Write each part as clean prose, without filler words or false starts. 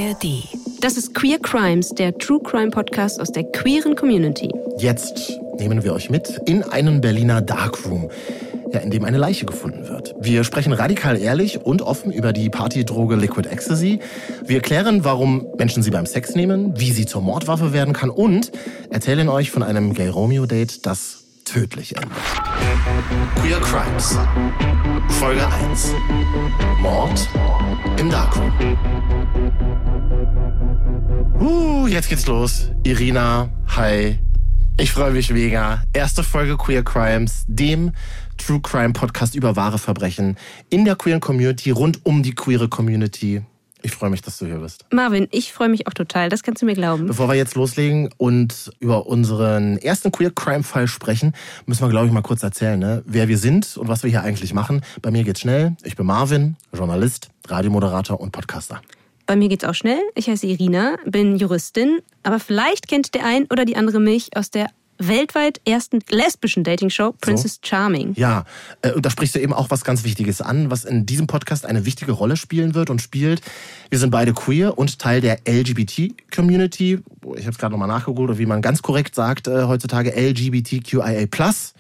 ARD. Das ist Queer Crimes, der True Crime Podcast aus der queeren Community. Jetzt nehmen wir euch mit in einen Berliner Darkroom, in dem eine Leiche gefunden wird. Wir sprechen radikal ehrlich und offen über die Partydroge Liquid Ecstasy. Wir klären, warum Menschen sie beim Sex nehmen, wie sie zur Mordwaffe werden kann und erzählen euch von einem Gay-Romeo-Date, das tödlich endet. Queer Crimes, Folge 1. Mord im Darkroom. Jetzt geht's los. Irina, hi. Ich freue mich mega. Erste Folge Queer Crimes, dem True Crime Podcast über wahre Verbrechen in der queeren Community, rund um die queere Community. Ich freue mich, dass du hier bist. Marvin, ich freue mich auch total, das kannst du mir glauben. Bevor wir jetzt loslegen und über unseren ersten Queer Crime Fall sprechen, müssen wir, glaube ich, mal kurz erzählen, wer wir sind und was wir hier eigentlich machen. Bei mir geht's schnell. Ich bin Marvin, Journalist, Radiomoderator und Podcaster. Bei mir geht's auch schnell. Ich heiße Irina, bin Juristin, aber vielleicht kennt der ein oder die andere mich aus der weltweit ersten lesbischen Dating-Show Princess Charming. Ja, und da sprichst du eben auch was ganz Wichtiges an, was in diesem Podcast eine wichtige Rolle spielen wird und spielt. Wir sind beide queer und Teil der LGBT-Community. Ich habe es gerade nochmal nachgegoogelt, oder wie man ganz korrekt sagt heutzutage LGBTQIA+.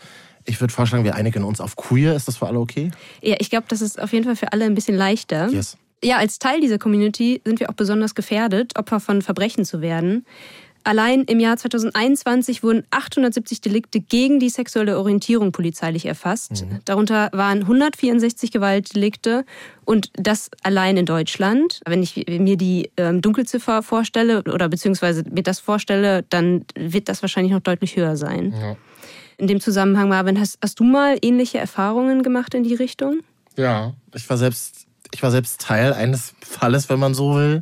Ich würde vorschlagen, wir einigen uns auf queer. Ist das für alle okay? Ja, ich glaube, das ist auf jeden Fall für alle ein bisschen leichter. Yes. Ja, als Teil dieser Community sind wir auch besonders gefährdet, Opfer von Verbrechen zu werden. Allein im Jahr 2021 wurden 870 Delikte gegen die sexuelle Orientierung polizeilich erfasst. Darunter waren 164 Gewaltdelikte und das allein in Deutschland. Wenn ich mir die Dunkelziffer vorstelle oder beziehungsweise mir das vorstelle, dann wird das wahrscheinlich noch deutlich höher sein. Ja. In dem Zusammenhang, Marvin, hast du mal ähnliche Erfahrungen gemacht in die Richtung? Ja, ich war selbst Teil eines Falles, wenn man so will.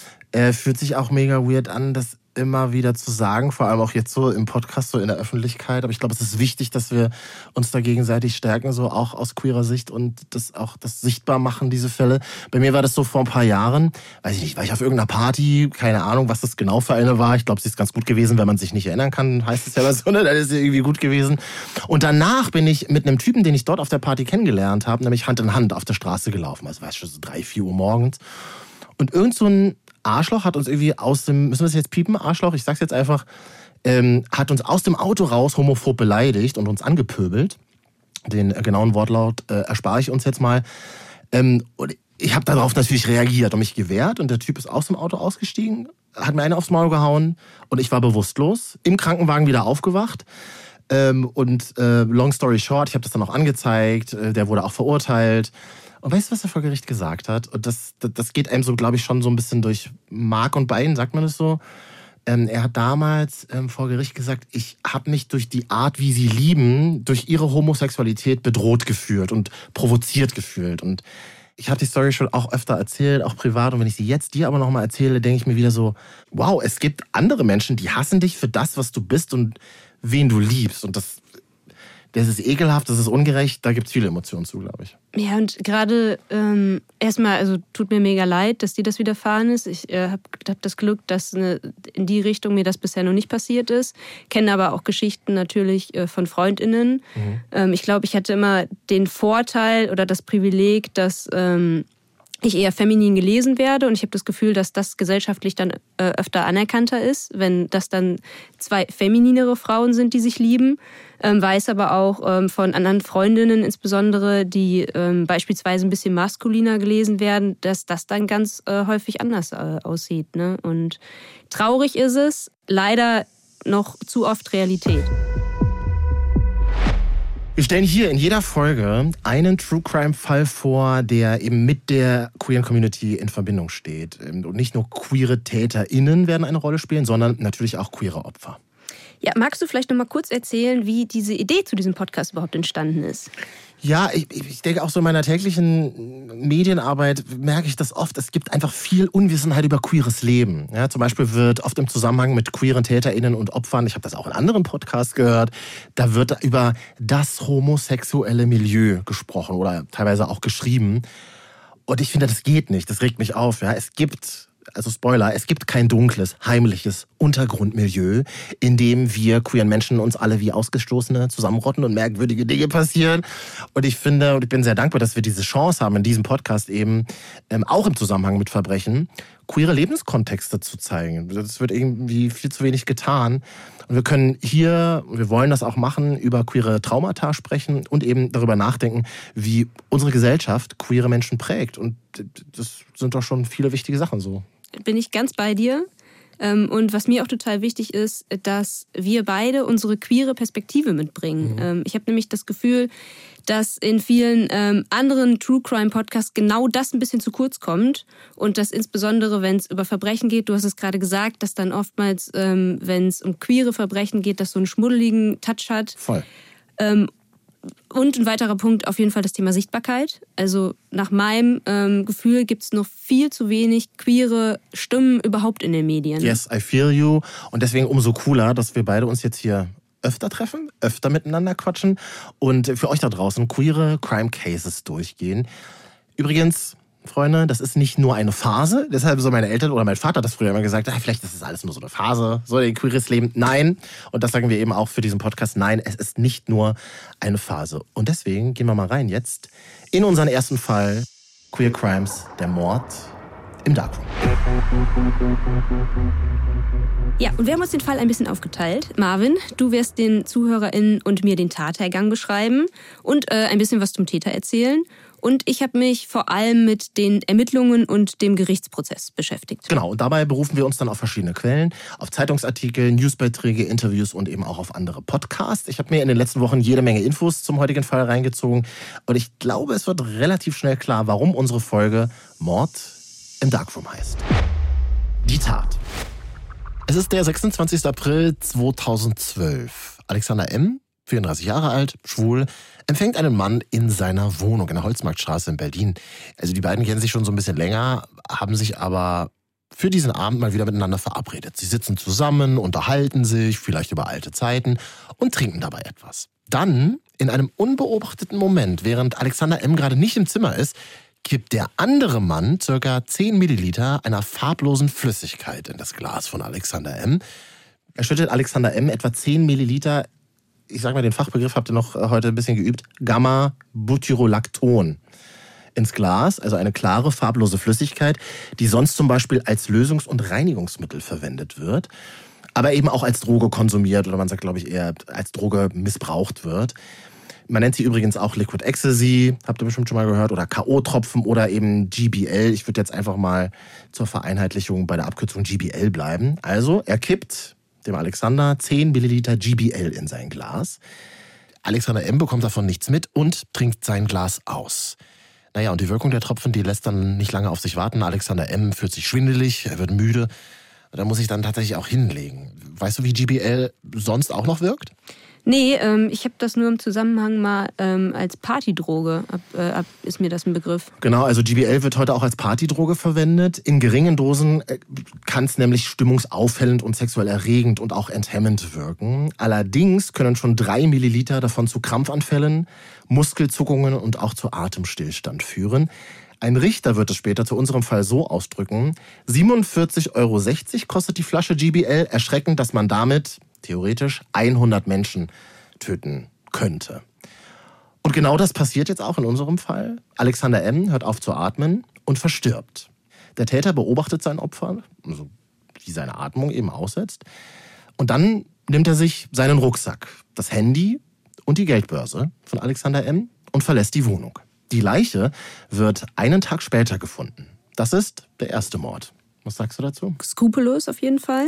Fühlt sich auch mega weird an, das immer wieder zu sagen, vor allem auch jetzt so im Podcast, so in der Öffentlichkeit. Aber ich glaube, es ist wichtig, dass wir uns da gegenseitig stärken, so auch aus queerer Sicht und das sichtbar machen, diese Fälle. Bei mir war das so vor ein paar Jahren, weiß ich nicht, war ich auf irgendeiner Party, keine Ahnung, was das genau für eine war. Ich glaube, sie ist ganz gut gewesen, wenn man sich nicht erinnern kann, heißt es ja immer so, ne? Dann ist sie irgendwie gut gewesen. Und danach bin ich mit einem Typen, den ich dort auf der Party kennengelernt habe, nämlich Hand in Hand auf der Straße gelaufen. Also war schon so 3-4 Uhr morgens. Und irgend so ein Arschloch hat uns irgendwie müssen wir das jetzt piepen, Arschloch, ich sag's jetzt einfach, hat uns aus dem Auto raus homophob beleidigt und uns angepöbelt. Den genauen Wortlaut erspare ich uns jetzt mal. Und ich habe darauf natürlich reagiert und mich gewehrt und der Typ ist aus dem Auto ausgestiegen, hat mir eine aufs Maul gehauen und ich war bewusstlos, im Krankenwagen wieder aufgewacht. Long story short, ich habe das dann auch angezeigt, der wurde auch verurteilt. Und weißt du, was er vor Gericht gesagt hat? Und das geht einem so, glaube ich, schon so ein bisschen durch Mark und Bein, sagt man das so? Er hat damals vor Gericht gesagt, ich habe mich durch die Art, wie sie lieben, durch ihre Homosexualität bedroht gefühlt und provoziert gefühlt. Und ich habe die Story schon auch öfter erzählt, auch privat. Und wenn ich sie jetzt dir aber nochmal erzähle, denke ich mir wieder so, wow, es gibt andere Menschen, die hassen dich für das, was du bist und wen du liebst. Und das ist ekelhaft, das ist ungerecht, da gibt es viele Emotionen zu, glaube ich. Ja, und gerade erstmal, also tut mir mega leid, dass dir das widerfahren ist. Ich hab das Glück, dass in die Richtung mir das bisher noch nicht passiert ist. Kenne aber auch Geschichten natürlich von FreundInnen. Ich glaube, ich hatte immer den Vorteil oder das Privileg, dass ich eher feminin gelesen werde und ich habe das Gefühl, dass das gesellschaftlich dann öfter anerkannter ist, wenn das dann zwei femininere Frauen sind, die sich lieben. Weiß aber auch von anderen Freundinnen insbesondere, die beispielsweise ein bisschen maskuliner gelesen werden, dass das dann ganz häufig anders aussieht. Ne? Und traurig ist es, leider noch zu oft Realität. Wir stellen hier in jeder Folge einen True-Crime-Fall vor, der eben mit der queeren Community in Verbindung steht. Und nicht nur queere TäterInnen werden eine Rolle spielen, sondern natürlich auch queere Opfer. Ja, magst du vielleicht noch mal kurz erzählen, wie diese Idee zu diesem Podcast überhaupt entstanden ist? Ja, ich denke auch so in meiner täglichen Medienarbeit merke ich das oft. Es gibt einfach viel Unwissenheit über queeres Leben. Ja, zum Beispiel wird oft im Zusammenhang mit queeren TäterInnen und Opfern, ich habe das auch in anderen Podcasts gehört, da wird über das homosexuelle Milieu gesprochen oder teilweise auch geschrieben. Und ich finde, das geht nicht, das regt mich auf. Ja, es gibt, also Spoiler, es gibt kein dunkles, heimliches Untergrundmilieu, in dem wir queeren Menschen uns alle wie Ausgestoßene zusammenrotten und merkwürdige Dinge passieren. Und ich finde, und ich bin sehr dankbar, dass wir diese Chance haben, in diesem Podcast eben, auch im Zusammenhang mit Verbrechen, queere Lebenskontexte zu zeigen. Das wird irgendwie viel zu wenig getan. Und wir können hier, wir wollen das auch machen, über queere Traumata sprechen und eben darüber nachdenken, wie unsere Gesellschaft queere Menschen prägt. Und das sind doch schon viele wichtige Sachen so. Bin ich ganz bei dir. Und was mir auch total wichtig ist, dass wir beide unsere queere Perspektive mitbringen. Ich habe nämlich das Gefühl, dass in vielen anderen True-Crime-Podcasts genau das ein bisschen zu kurz kommt. Und dass insbesondere, wenn es über Verbrechen geht, du hast es gerade gesagt, dass dann oftmals, wenn es um queere Verbrechen geht, das so einen schmuddeligen Touch hat. Voll. Und ein weiterer Punkt, auf jeden Fall das Thema Sichtbarkeit. Also nach meinem Gefühl gibt es noch viel zu wenig queere Stimmen überhaupt in den Medien. Yes, I feel you. Und deswegen umso cooler, dass wir beide uns jetzt hier öfter treffen, öfter miteinander quatschen und für euch da draußen queere Crime Cases durchgehen. Übrigens, Freunde, das ist nicht nur eine Phase. Deshalb so meine Eltern oder mein Vater das früher immer gesagt, vielleicht ist das alles nur so eine Phase, so ein queeres Leben. Nein, und das sagen wir eben auch für diesen Podcast, nein, es ist nicht nur eine Phase. Und deswegen gehen wir mal rein jetzt in unseren ersten Fall, Queer Crimes, der Mord im Darkroom. Ja, und wir haben uns den Fall ein bisschen aufgeteilt. Marvin, du wirst den ZuhörerInnen und mir den Tathergang beschreiben und ein bisschen was zum Täter erzählen. Und ich habe mich vor allem mit den Ermittlungen und dem Gerichtsprozess beschäftigt. Genau, und dabei berufen wir uns dann auf verschiedene Quellen, auf Zeitungsartikel, Newsbeiträge, Interviews und eben auch auf andere Podcasts. Ich habe mir in den letzten Wochen jede Menge Infos zum heutigen Fall reingezogen. Und ich glaube, es wird relativ schnell klar, warum unsere Folge Mord im Darkroom heißt. Die Tat. Es ist der 26. April 2012. Alexander M., 34 Jahre alt, schwul, empfängt einen Mann in seiner Wohnung in der Holzmarktstraße in Berlin. Also die beiden kennen sich schon so ein bisschen länger, haben sich aber für diesen Abend mal wieder miteinander verabredet. Sie sitzen zusammen, unterhalten sich, vielleicht über alte Zeiten und trinken dabei etwas. Dann, in einem unbeobachteten Moment, während Alexander M. gerade nicht im Zimmer ist, kippt der andere Mann ca. 10 Milliliter einer farblosen Flüssigkeit in das Glas von Alexander M. Er schüttet Alexander M. etwa 10 Milliliter, ich sag mal den Fachbegriff, habt ihr noch heute ein bisschen geübt, Gamma-Butyrolacton ins Glas, also eine klare, farblose Flüssigkeit, die sonst zum Beispiel als Lösungs- und Reinigungsmittel verwendet wird, aber eben auch als Droge konsumiert oder man sagt, glaube ich, eher als Droge missbraucht wird. Man nennt sie übrigens auch Liquid Ecstasy, habt ihr bestimmt schon mal gehört, oder K.O.-Tropfen oder eben GBL. Ich würde jetzt einfach mal zur Vereinheitlichung bei der Abkürzung GBL bleiben. Also, er kippt dem Alexander 10 Milliliter GBL in sein Glas. Alexander M. bekommt davon nichts mit und trinkt sein Glas aus. Naja, und die Wirkung der Tropfen, die lässt dann nicht lange auf sich warten. Alexander M. fühlt sich schwindelig, er wird müde. Da muss ich dann tatsächlich auch hinlegen. Weißt du, wie GBL sonst auch noch wirkt? Nee, ich habe das nur im Zusammenhang mal als Partydroge, ist mir das ein Begriff. Genau, also GBL wird heute auch als Partydroge verwendet. In geringen Dosen kann es nämlich stimmungsaufhellend und sexuell erregend und auch enthemmend wirken. Allerdings können schon 3 Milliliter davon zu Krampfanfällen, Muskelzuckungen und auch zu Atemstillstand führen. Ein Richter wird es später zu unserem Fall so ausdrücken: 47,60 € kostet die Flasche GBL. Erschreckend, dass man damit theoretisch 100 Menschen töten könnte. Und genau das passiert jetzt auch in unserem Fall. Alexander M. hört auf zu atmen und verstirbt. Der Täter beobachtet sein Opfer, also wie seine Atmung eben aussetzt. Und dann nimmt er sich seinen Rucksack, das Handy und die Geldbörse von Alexander M. und verlässt die Wohnung. Die Leiche wird einen Tag später gefunden. Das ist der erste Mord. Was sagst du dazu? Skrupellos auf jeden Fall.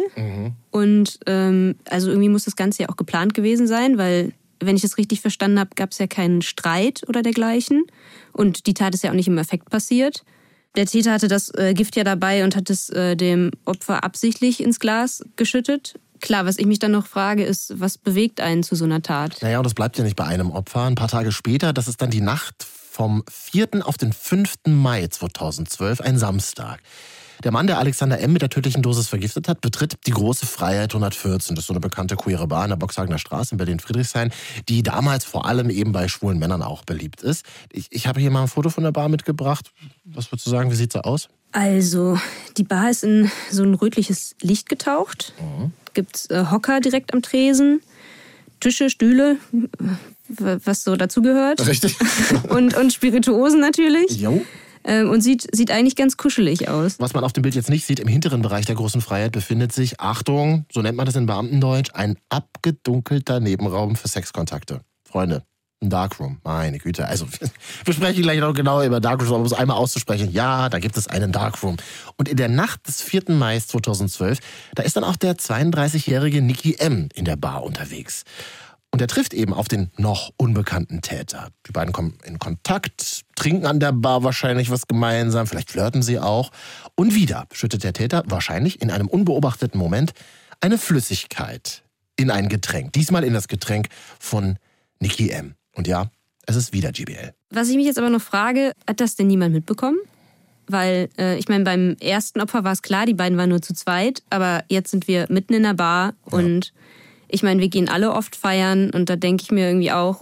Und also irgendwie muss das Ganze ja auch geplant gewesen sein, weil, wenn ich es richtig verstanden habe, gab es ja keinen Streit oder dergleichen. Und die Tat ist ja auch nicht im Affekt passiert. Der Täter hatte das Gift ja dabei und hat es dem Opfer absichtlich ins Glas geschüttet. Klar, was ich mich dann noch frage, ist, was bewegt einen zu so einer Tat? Naja, und das bleibt ja nicht bei einem Opfer. Ein paar Tage später, das ist dann die Nacht vom 4. auf den 5. Mai 2012, ein Samstag. Der Mann, der Alexander M. mit der tödlichen Dosis vergiftet hat, betritt die Große Freiheit 114. Das ist so eine bekannte queere Bar in der Boxhagener Straße in Berlin-Friedrichshain, die damals vor allem eben bei schwulen Männern auch beliebt ist. Ich habe hier mal ein Foto von der Bar mitgebracht. Was würdest du sagen, wie sieht sie aus? Also, die Bar ist in so ein rötliches Licht getaucht. Gibt Hocker direkt am Tresen, Tische, Stühle, was so dazugehört. Richtig. und Spirituosen natürlich. Jo. Und sieht eigentlich ganz kuschelig aus. Was man auf dem Bild jetzt nicht sieht, im hinteren Bereich der großen Freiheit befindet sich, Achtung, so nennt man das in Beamtendeutsch, ein abgedunkelter Nebenraum für Sexkontakte. Freunde, ein Darkroom, meine Güte. Also, wir sprechen gleich noch genauer über Darkrooms, aber um es einmal auszusprechen, ja, da gibt es einen Darkroom. Und in der Nacht des 4. Mai 2012, da ist dann auch der 32-jährige Nicky M. in der Bar unterwegs. Und er trifft eben auf den noch unbekannten Täter. Die beiden kommen in Kontakt, trinken an der Bar wahrscheinlich was gemeinsam, vielleicht flirten sie auch. Und wieder schüttet der Täter wahrscheinlich in einem unbeobachteten Moment eine Flüssigkeit in ein Getränk. Diesmal in das Getränk von Nicky M. Und ja, es ist wieder GBL. Was ich mich jetzt aber noch frage, hat das denn niemand mitbekommen? Weil, ich meine, beim ersten Opfer war es klar, die beiden waren nur zu zweit. Aber jetzt sind wir mitten in der Bar und ich meine, wir gehen alle oft feiern und da denke ich mir irgendwie auch,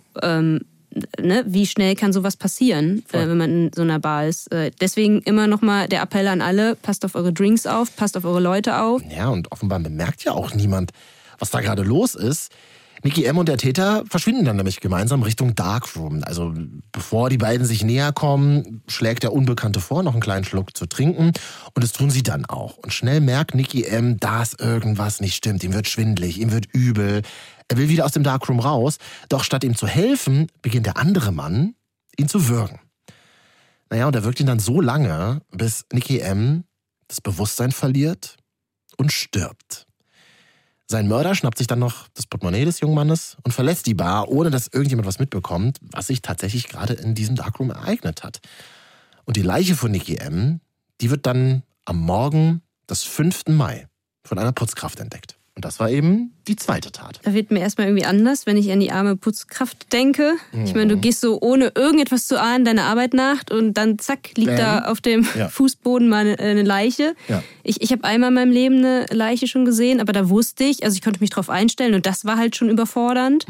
wie schnell kann sowas passieren, wenn man in so einer Bar ist. Deswegen immer nochmal der Appell an alle, passt auf eure Drinks auf, passt auf eure Leute auf. Ja, und offenbar bemerkt ja auch niemand, was da gerade los ist. Nicky M. und der Täter verschwinden dann nämlich gemeinsam Richtung Darkroom. Also bevor die beiden sich näher kommen, schlägt der Unbekannte vor, noch einen kleinen Schluck zu trinken. Und das tun sie dann auch. Und schnell merkt Nicky M., dass irgendwas nicht stimmt. Ihm wird schwindelig, ihm wird übel. Er will wieder aus dem Darkroom raus. Doch statt ihm zu helfen, beginnt der andere Mann, ihn zu würgen. Naja, und er wirkt ihn dann so lange, bis Nicky M. das Bewusstsein verliert und stirbt. Sein Mörder schnappt sich dann noch das Portemonnaie des jungen Mannes und verlässt die Bar, ohne dass irgendjemand was mitbekommt, was sich tatsächlich gerade in diesem Darkroom ereignet hat. Und die Leiche von Nicky M., die wird dann am Morgen des 5. Mai von einer Putzkraft entdeckt. Und das war eben die zweite Tat. Da wird mir erstmal irgendwie anders, wenn ich an die arme Putzkraft denke. Ich meine, du gehst so ohne irgendetwas zu ahnen deiner Arbeit nach und dann zack, liegt da auf dem Fußboden mal eine Leiche. Ja. Ich habe einmal in meinem Leben eine Leiche schon gesehen, aber da wusste ich, also ich konnte mich drauf einstellen und das war halt schon überfordernd.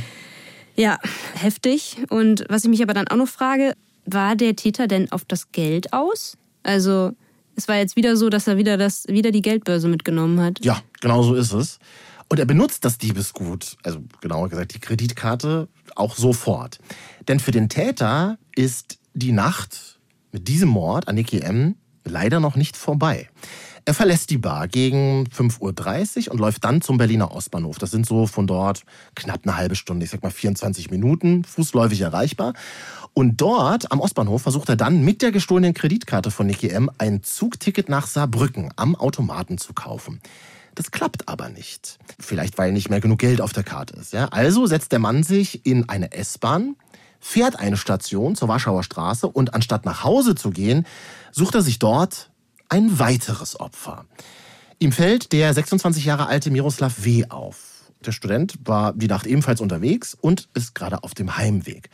Ja, heftig. Und was ich mich aber dann auch noch frage, war der Täter denn auf das Geld aus? Also es war jetzt wieder so, dass er wieder die Geldbörse mitgenommen hat. Ja, genau so ist es. Und er benutzt das Diebesgut, also genauer gesagt die Kreditkarte, auch sofort. Denn für den Täter ist die Nacht mit diesem Mord an Nicky M. leider noch nicht vorbei. Er verlässt die Bar gegen 5:30 Uhr und läuft dann zum Berliner Ostbahnhof. Das sind so von dort knapp eine halbe Stunde, ich sag mal 24 Minuten, fußläufig erreichbar. Und dort am Ostbahnhof versucht er dann mit der gestohlenen Kreditkarte von Nicky M. ein Zugticket nach Saarbrücken am Automaten zu kaufen. Das klappt aber nicht. Vielleicht, weil nicht mehr genug Geld auf der Karte ist. Ja? Also setzt der Mann sich in eine S-Bahn, fährt eine Station zur Warschauer Straße und anstatt nach Hause zu gehen, sucht er sich dort ein weiteres Opfer. Ihm fällt der 26 Jahre alte Miroslav W. auf. Der Student war die Nacht ebenfalls unterwegs und ist gerade auf dem Heimweg.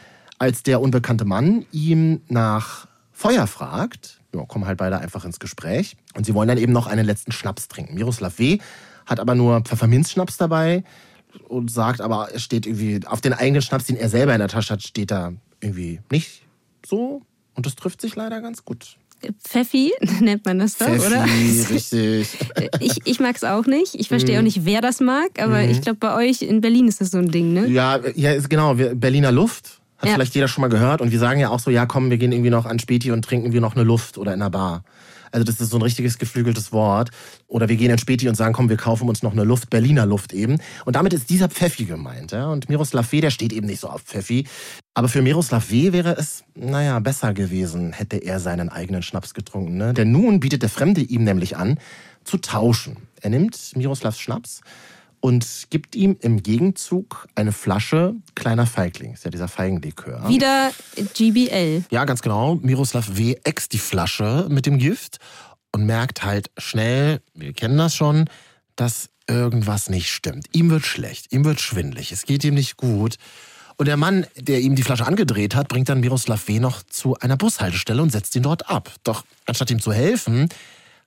Als der unbekannte Mann ihm nach Feuer fragt, kommen halt beide einfach ins Gespräch. Und sie wollen dann eben noch einen letzten Schnaps trinken. Miroslav W. hat aber nur Pfefferminzschnaps dabei und sagt aber, er steht irgendwie auf den eigenen Schnaps, den er selber in der Tasche hat, steht da irgendwie nicht so. Und das trifft sich leider ganz gut. Pfeffi nennt man das doch, Pfeffi, oder? Richtig. Ich mag es auch nicht. Ich verstehe auch nicht, wer das mag. Aber ich glaube, bei euch in Berlin ist das so ein Ding, ne? Ja, genau. Berliner Luft. Hat vielleicht jeder schon mal gehört. Und wir sagen ja auch so, ja komm, wir gehen irgendwie noch an Späti und trinken wir noch eine Luft oder in einer Bar. Also das ist so ein richtiges geflügeltes Wort. Oder wir gehen in Späti und sagen, komm, wir kaufen uns noch eine Luft, Berliner Luft eben. Und damit ist dieser Pfeffi gemeint. Ja? Und Miroslav W., der steht eben nicht so auf Pfeffi. Aber für Miroslav W. wäre es, besser gewesen, hätte er seinen eigenen Schnaps getrunken. Ne? Denn nun bietet der Fremde ihm nämlich an, zu tauschen. Er nimmt Miroslavs Schnaps und gibt ihm im Gegenzug eine Flasche kleiner Feigling. Das ist ja dieser Feigenlikör. Wieder GBL. Ja, ganz genau. Miroslav W. äxt die Flasche mit dem Gift und merkt halt schnell, wir kennen das schon, dass irgendwas nicht stimmt. Ihm wird schlecht, ihm wird schwindelig, es geht ihm nicht gut. Und der Mann, der ihm die Flasche angedreht hat, bringt dann Miroslav W. noch zu einer Bushaltestelle und setzt ihn dort ab. Doch anstatt ihm zu helfen,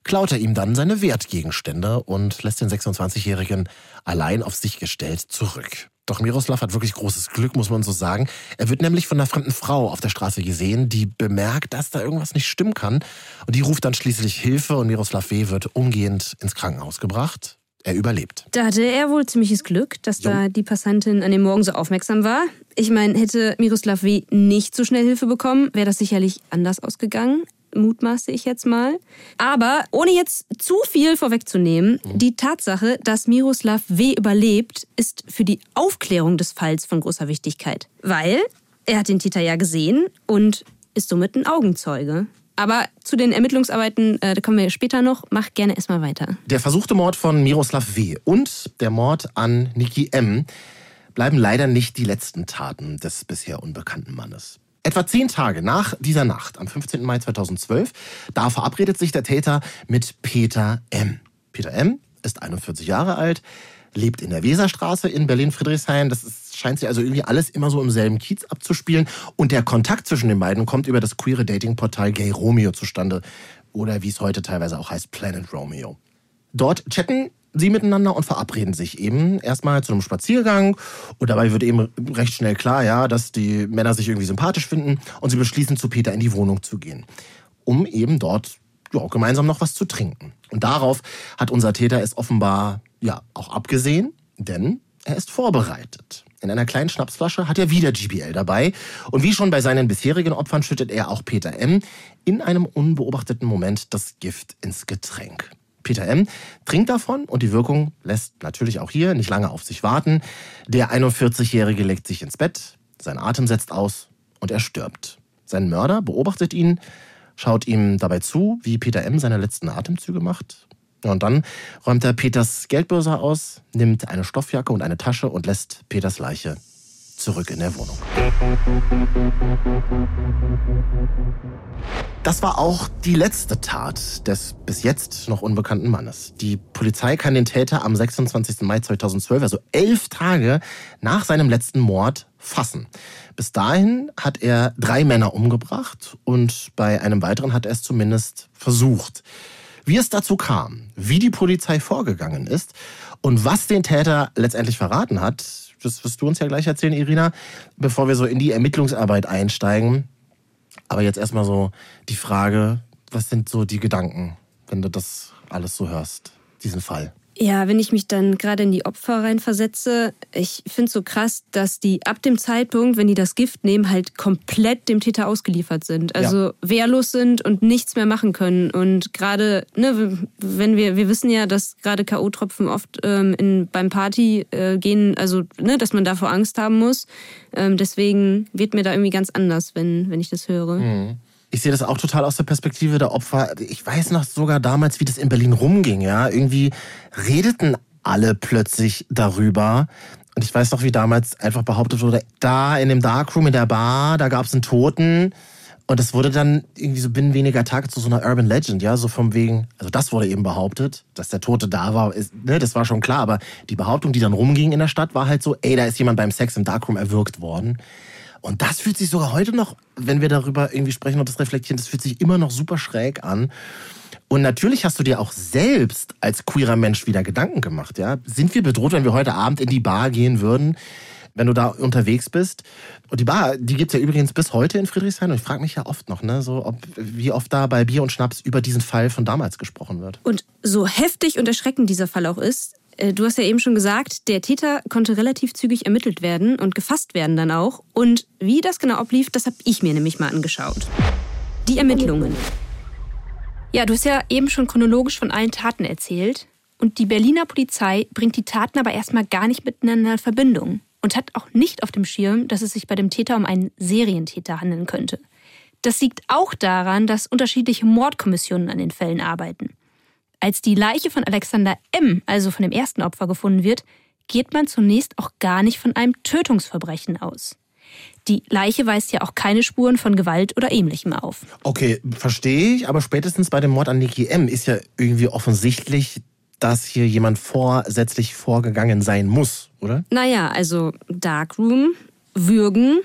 klaut er ihm dann seine Wertgegenstände und lässt den 26-Jährigen allein auf sich gestellt zurück. Doch Miroslav hat wirklich großes Glück, muss man so sagen. Er wird nämlich von einer fremden Frau auf der Straße gesehen, die bemerkt, dass da irgendwas nicht stimmen kann. Und die ruft dann schließlich Hilfe und Miroslav W. wird umgehend ins Krankenhaus gebracht. Er überlebt. Da hatte er wohl ziemliches Glück, dass da die Passantin an dem Morgen so aufmerksam war. Ich meine, hätte Miroslav W. nicht so schnell Hilfe bekommen, wäre das sicherlich anders ausgegangen. Mutmaße ich jetzt mal. Aber ohne jetzt zu viel vorwegzunehmen, die Tatsache, dass Miroslav W. überlebt, ist für die Aufklärung des Falls von großer Wichtigkeit. Weil er hat den Täter ja gesehen und ist somit ein Augenzeuge. Aber zu den Ermittlungsarbeiten, da kommen wir später noch. Mach gerne erstmal weiter. Der versuchte Mord von Miroslav W. und der Mord an Niki M. bleiben leider nicht die letzten Taten des bisher unbekannten Mannes. Etwa 10 Tage nach dieser Nacht, am 15. Mai 2012, da verabredet sich der Täter mit Peter M. Peter M. ist 41 Jahre alt, lebt in der Weserstraße in Berlin-Friedrichshain. Scheint sich also irgendwie alles immer so im selben Kiez abzuspielen. Und der Kontakt zwischen den beiden kommt über das queere Datingportal Gay Romeo zustande. Oder wie es heute teilweise auch heißt, Planet Romeo. Dort chatten sie miteinander und verabreden sich eben erstmal zu einem Spaziergang. Und dabei wird eben recht schnell klar, ja, dass die Männer sich irgendwie sympathisch finden. Und sie beschließen, zu Peter in die Wohnung zu gehen, um eben dort gemeinsam noch was zu trinken. Und darauf hat unser Täter es offenbar auch abgesehen, denn er ist vorbereitet. In einer kleinen Schnapsflasche hat er wieder GBL dabei. Und wie schon bei seinen bisherigen Opfern schüttet er auch Peter M. in einem unbeobachteten Moment das Gift ins Getränk. Peter M. trinkt davon und die Wirkung lässt natürlich auch hier nicht lange auf sich warten. Der 41-Jährige legt sich ins Bett, sein Atem setzt aus und er stirbt. Sein Mörder beobachtet ihn, schaut ihm dabei zu, wie Peter M. seine letzten Atemzüge macht. Und dann räumt er Peters Geldbörse aus, nimmt eine Stoffjacke und eine Tasche und lässt Peters Leiche zurück in der Wohnung. Das war auch die letzte Tat des bis jetzt noch unbekannten Mannes. Die Polizei kann den Täter am 26. Mai 2012, also 11 Tage nach seinem letzten Mord, fassen. Bis dahin hat er 3 Männer umgebracht und bei einem weiteren hat er es zumindest versucht. Wie es dazu kam, wie die Polizei vorgegangen ist und was den Täter letztendlich verraten hat, das wirst du uns ja gleich erzählen, Irina, bevor wir so in die Ermittlungsarbeit einsteigen. Aber jetzt erstmal so die Frage, was sind so die Gedanken, wenn du das alles so hörst, diesen Fall? Ja, wenn ich mich dann gerade in die Opfer reinversetze, ich finde es so krass, dass die ab dem Zeitpunkt, wenn die das Gift nehmen, halt komplett dem Täter ausgeliefert sind. Also wehrlos sind und nichts mehr machen können. Und gerade, wenn wir wissen ja, dass gerade K.O.-Tropfen oft beim Party gehen, also dass man davor Angst haben muss. Deswegen wird mir da irgendwie ganz anders, wenn ich das höre. Mhm. Ich sehe das auch total aus der Perspektive der Opfer. Ich weiß noch sogar damals, wie das in Berlin rumging. Ja, irgendwie redeten alle plötzlich darüber. Und ich weiß noch, wie damals einfach behauptet wurde, da in dem Darkroom, in der Bar, da gab es einen Toten. Und das wurde dann irgendwie so binnen weniger Tage zu so einer Urban Legend, ja, so vom wegen, also das wurde eben behauptet, dass der Tote da war, das war schon klar. Aber die Behauptung, die dann rumging in der Stadt, war halt so, da ist jemand beim Sex im Darkroom erwürgt worden. Und das fühlt sich sogar heute noch, wenn wir darüber irgendwie sprechen und das reflektieren, das fühlt sich immer noch super schräg an. Und natürlich hast du dir auch selbst als queerer Mensch wieder Gedanken gemacht. Ja? Sind wir bedroht, wenn wir heute Abend in die Bar gehen würden, wenn du da unterwegs bist? Und die Bar, die gibt's ja übrigens bis heute in Friedrichshain. Und ich frage mich ja oft noch, wie oft da bei Bier und Schnaps über diesen Fall von damals gesprochen wird. Und so heftig und erschreckend dieser Fall auch ist, du hast ja eben schon gesagt, der Täter konnte relativ zügig ermittelt werden und gefasst werden dann auch. Und wie das genau ablief, das habe ich mir nämlich mal angeschaut. Die Ermittlungen. Ja, du hast ja eben schon chronologisch von allen Taten erzählt. Und die Berliner Polizei bringt die Taten aber erstmal gar nicht miteinander in Verbindung. Und hat auch nicht auf dem Schirm, dass es sich bei dem Täter um einen Serientäter handeln könnte. Das liegt auch daran, dass unterschiedliche Mordkommissionen an den Fällen arbeiten. Als die Leiche von Alexander M., also von dem ersten Opfer, gefunden wird, geht man zunächst auch gar nicht von einem Tötungsverbrechen aus. Die Leiche weist ja auch keine Spuren von Gewalt oder Ähnlichem auf. Okay, verstehe ich, aber spätestens bei dem Mord an Niki M. ist ja irgendwie offensichtlich, dass hier jemand vorsätzlich vorgegangen sein muss, oder? Naja, also Darkroom, Würgen,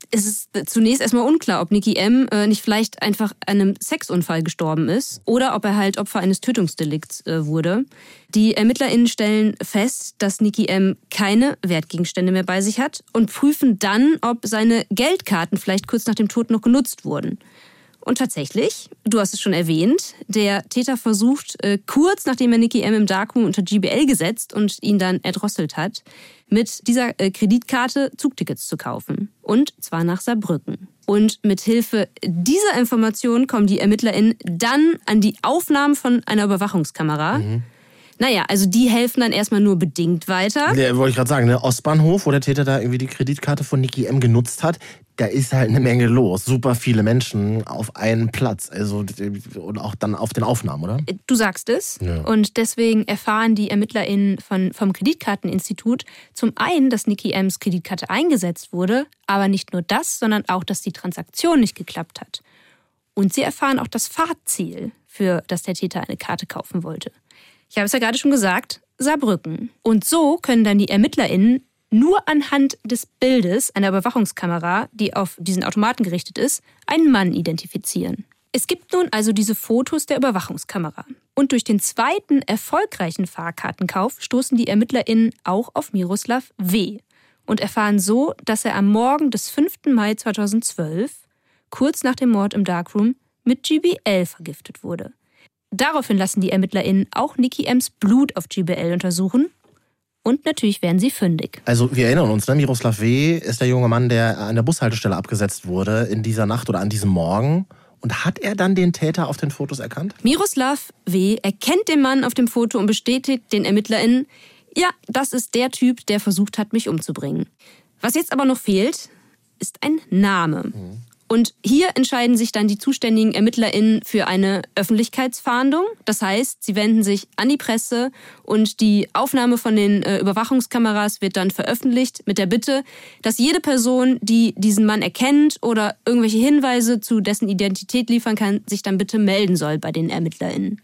es ist zunächst erstmal unklar, ob Nicky M. nicht vielleicht einfach an einem Sexunfall gestorben ist oder ob er halt Opfer eines Tötungsdelikts wurde. Die ErmittlerInnen stellen fest, dass Nicky M. keine Wertgegenstände mehr bei sich hat und prüfen dann, ob seine Geldkarten vielleicht kurz nach dem Tod noch genutzt wurden. Und tatsächlich, du hast es schon erwähnt, der Täter versucht, kurz nachdem er Nicky M. im Darkroom unter GBL gesetzt und ihn dann erdrosselt hat, mit dieser Kreditkarte Zugtickets zu kaufen. Und zwar nach Saarbrücken. Und mit Hilfe dieser Information kommen die ErmittlerInnen dann an die Aufnahmen von einer Überwachungskamera. Naja, also die helfen dann erstmal nur bedingt weiter. Ja, wollte ich gerade sagen, der Ostbahnhof, wo der Täter da irgendwie die Kreditkarte von Nicky M. genutzt hat, da ist halt eine Menge los. Super viele Menschen auf einen Platz. Also, und auch dann auf den Aufnahmen, oder? Du sagst es. Ja. Und deswegen erfahren die ErmittlerInnen vom Kreditkarteninstitut zum einen, dass Nicky M.'s Kreditkarte eingesetzt wurde, aber nicht nur das, sondern auch, dass die Transaktion nicht geklappt hat. Und sie erfahren auch das Fahrziel, für das der Täter eine Karte kaufen wollte. Ich habe es ja gerade schon gesagt, Saarbrücken. Und so können dann die ErmittlerInnen nur anhand des Bildes einer Überwachungskamera, die auf diesen Automaten gerichtet ist, einen Mann identifizieren. Es gibt nun also diese Fotos der Überwachungskamera. Und durch den zweiten erfolgreichen Fahrkartenkauf stoßen die ErmittlerInnen auch auf Miroslav W. und erfahren so, dass er am Morgen des 5. Mai 2012, kurz nach dem Mord im Darkroom, mit GBL vergiftet wurde. Daraufhin lassen die ErmittlerInnen auch Nicky M.'s Blut auf GBL untersuchen. Und natürlich werden sie fündig. Also wir erinnern uns, ne? Miroslav W. ist der junge Mann, der an der Bushaltestelle abgesetzt wurde in dieser Nacht oder an diesem Morgen. Und hat er dann den Täter auf den Fotos erkannt? Miroslav W. erkennt den Mann auf dem Foto und bestätigt den ErmittlerInnen, ja, das ist der Typ, der versucht hat, mich umzubringen. Was jetzt aber noch fehlt, ist ein Name. Und hier entscheiden sich dann die zuständigen ErmittlerInnen für eine Öffentlichkeitsfahndung. Das heißt, sie wenden sich an die Presse und die Aufnahme von den Überwachungskameras wird dann veröffentlicht mit der Bitte, dass jede Person, die diesen Mann erkennt oder irgendwelche Hinweise zu dessen Identität liefern kann, sich dann bitte melden soll bei den ErmittlerInnen.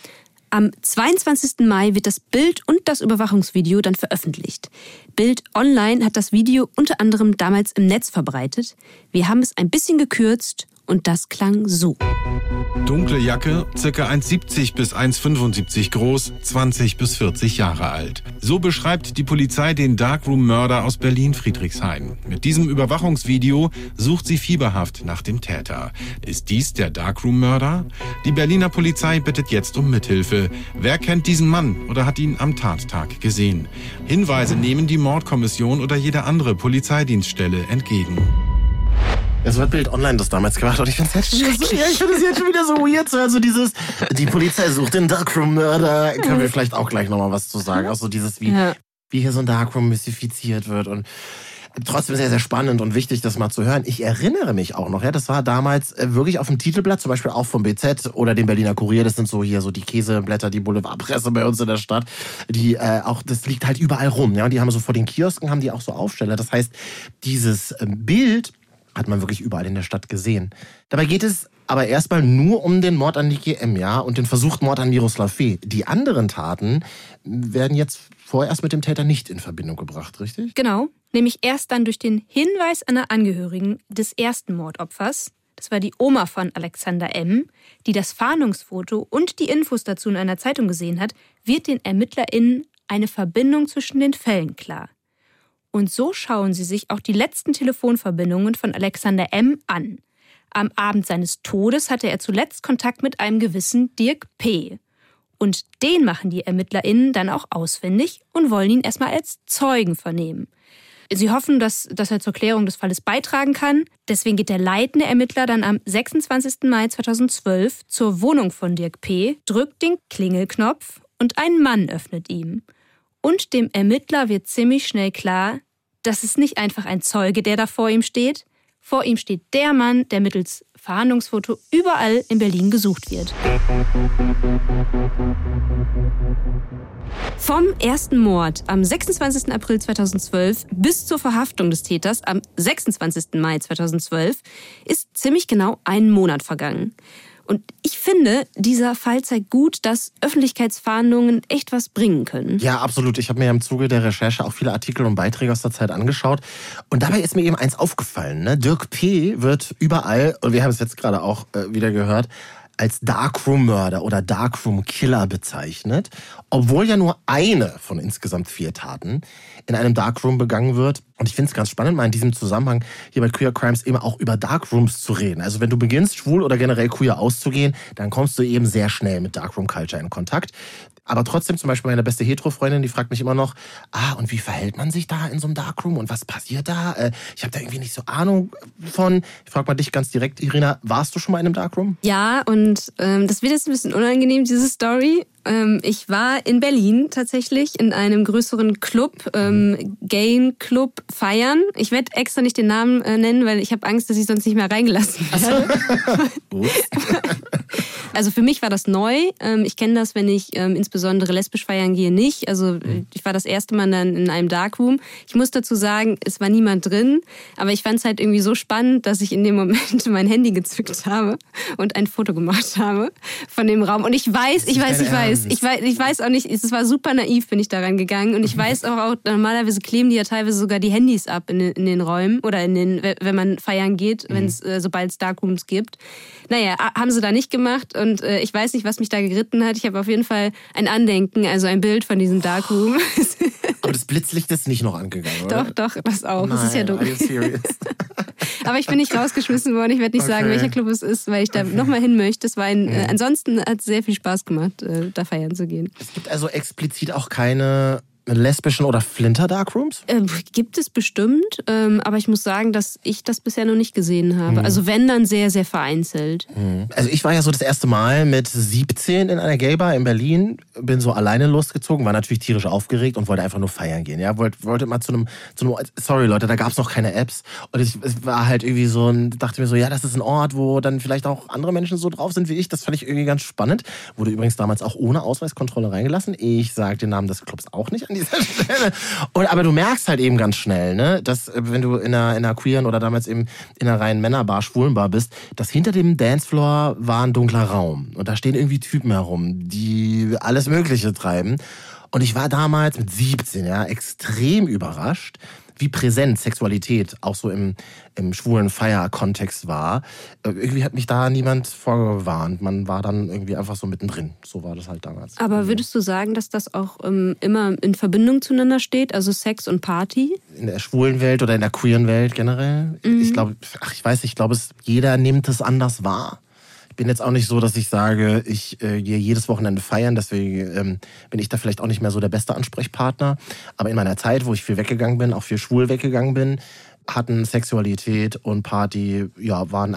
Am 22. Mai wird das Bild und das Überwachungsvideo dann veröffentlicht. Bild Online hat das Video unter anderem damals im Netz verbreitet. Wir haben es ein bisschen gekürzt und das klang so. Dunkle Jacke, ca. 1,70 bis 1,75 groß, 20 bis 40 Jahre alt. So beschreibt die Polizei den Darkroom-Mörder aus Berlin-Friedrichshain. Mit diesem Überwachungsvideo sucht sie fieberhaft nach dem Täter. Ist dies der Darkroom-Mörder? Die Berliner Polizei bittet jetzt um Mithilfe. Wer kennt diesen Mann oder hat ihn am Tattag gesehen? Hinweise nehmen die Mordkommission oder jede andere Polizeidienststelle entgegen. Es wird Bild Online das damals gemacht und ich finde es jetzt schon wieder so weird. Also dieses, die Polizei sucht den Darkroom-Mörder. Können wir vielleicht auch gleich nochmal was zu sagen. Auch so dieses, wie hier so ein Darkroom mystifiziert wird und trotzdem sehr, sehr spannend und wichtig, das mal zu hören. Ich erinnere mich auch noch, ja, das war damals wirklich auf dem Titelblatt, zum Beispiel auch vom BZ oder dem Berliner Kurier. Das sind so hier so die Käseblätter, die Boulevardpresse bei uns in der Stadt. Die auch, das liegt halt überall rum. Ja, und die haben so vor den Kiosken haben die auch so Aufsteller. Das heißt, dieses Bild hat man wirklich überall in der Stadt gesehen. Dabei geht es aber erstmal nur um den Mord an Nicky M., ja, und den versuchten Mord an Miroslav W. Die anderen Taten werden jetzt vorerst mit dem Täter nicht in Verbindung gebracht, richtig? Genau, nämlich erst dann durch den Hinweis einer Angehörigen des ersten Mordopfers. Das war die Oma von Alexander M., die das Fahndungsfoto und die Infos dazu in einer Zeitung gesehen hat, wird den ErmittlerInnen eine Verbindung zwischen den Fällen klar. Und so schauen sie sich auch die letzten Telefonverbindungen von Alexander M. an. Am Abend seines Todes hatte er zuletzt Kontakt mit einem gewissen Dirk P. Und den machen die ErmittlerInnen dann auch ausfindig und wollen ihn erstmal als Zeugen vernehmen. Sie hoffen, dass er zur Klärung des Falles beitragen kann. Deswegen geht der leitende Ermittler dann am 26. Mai 2012 zur Wohnung von Dirk P., drückt den Klingelknopf und ein Mann öffnet ihm. Und dem Ermittler wird ziemlich schnell klar, das ist nicht einfach ein Zeuge, der da vor ihm steht. Vor ihm steht der Mann, der mittels Fahndungsfoto überall in Berlin gesucht wird. Vom ersten Mord am 26. April 2012 bis zur Verhaftung des Täters am 26. Mai 2012 ist ziemlich genau ein Monat vergangen. Und ich finde, dieser Fall zeigt gut, dass Öffentlichkeitsfahndungen echt was bringen können. Ja, absolut. Ich habe mir im Zuge der Recherche auch viele Artikel und Beiträge aus der Zeit angeschaut. Und dabei ist mir eben eins aufgefallen. Ne? Dirk P. wird überall, und wir haben es jetzt gerade auch wieder gehört, als Darkroom-Mörder oder Darkroom-Killer bezeichnet, obwohl ja nur eine von insgesamt 4 Taten in einem Darkroom begangen wird. Und ich finde es ganz spannend, mal in diesem Zusammenhang hier bei Queer Crimes eben auch über Darkrooms zu reden. Also wenn du beginnst, schwul oder generell queer auszugehen, dann kommst du eben sehr schnell mit Darkroom-Culture in Kontakt. Aber trotzdem, zum Beispiel meine beste Hetero-Freundin, die fragt mich immer noch, und wie verhält man sich da in so einem Darkroom und was passiert da? Ich habe da irgendwie nicht so Ahnung von. Ich frage mal dich ganz direkt, Irina, warst du schon mal in einem Darkroom? Ja, und das wird jetzt ein bisschen unangenehm, diese Story. Ich war in Berlin tatsächlich in einem größeren Club, Gay-Club feiern. Ich werde extra nicht den Namen nennen, weil ich habe Angst, dass ich sonst nicht mehr reingelassen werde. Also für mich war das neu. Ich kenne das, wenn ich insbesondere lesbisch feiern gehe, nicht. Also ich war das erste Mal dann in einem Darkroom. Ich muss dazu sagen, es war niemand drin, aber ich fand es halt irgendwie so spannend, dass ich in dem Moment mein Handy gezückt habe und ein Foto gemacht habe von dem Raum. Und ich weiß auch nicht, es war super naiv, bin ich daran gegangen. Und ich weiß auch, normalerweise kleben die ja teilweise sogar die Handys ab in den Räumen oder wenn man feiern geht, sobald es Darkrooms gibt. Naja, haben sie da nicht gemacht und ich weiß nicht, was mich da geritten hat. Ich habe auf jeden Fall ein Andenken, also ein Bild von diesem Darkroom. Aber das Blitzlicht ist nicht noch angegangen, oder? Doch, das auch. Nein, das ist ja dumm. Are you serious? Aber ich bin nicht rausgeschmissen worden. Ich werde nicht sagen, welcher Club es ist, weil ich da nochmal hin möchte. Es war ansonsten hat es sehr viel Spaß gemacht, da feiern zu gehen. Es gibt also explizit auch keine lesbischen oder Flinter-Darkrooms? Gibt es bestimmt, aber ich muss sagen, dass ich das bisher noch nicht gesehen habe. Also wenn, dann sehr, sehr vereinzelt. Also ich war ja so das erste Mal mit 17 in einer Gaybar in Berlin, bin so alleine losgezogen, war natürlich tierisch aufgeregt und wollte einfach nur feiern gehen. Ja, wollte mal zu einem, sorry Leute, da gab es noch keine Apps und es war halt irgendwie so dachte mir so, ja, das ist ein Ort, wo dann vielleicht auch andere Menschen so drauf sind wie ich. Das fand ich irgendwie ganz spannend. Wurde übrigens damals auch ohne Ausweiskontrolle reingelassen. Ich sage den Namen des Clubs auch nicht an dieser Stelle. Aber du merkst halt eben ganz schnell, ne, dass wenn du in einer queeren oder damals eben in einer reinen Männerbar, Schwulenbar bist, dass hinter dem Dancefloor war ein dunkler Raum. Und da stehen irgendwie Typen herum, die alles Mögliche treiben. Und ich war damals mit 17, ja, extrem überrascht, wie präsent Sexualität auch so im schwulen Feier-Kontext war. Irgendwie hat mich da niemand vorgewarnt. Man war dann irgendwie einfach so mittendrin. So war das halt damals. Aber würdest du sagen, dass das auch immer in Verbindung zueinander steht? Also Sex und Party? In der schwulen Welt oder in der queeren Welt generell? Ich glaube, jeder nimmt es anders wahr. Ich bin jetzt auch nicht so, dass ich sage, ich gehe jedes Wochenende feiern, deswegen bin ich da vielleicht auch nicht mehr so der beste Ansprechpartner. Aber in meiner Zeit, wo ich viel weggegangen bin, auch viel schwul weggegangen bin, hatten Sexualität und Party, ja, waren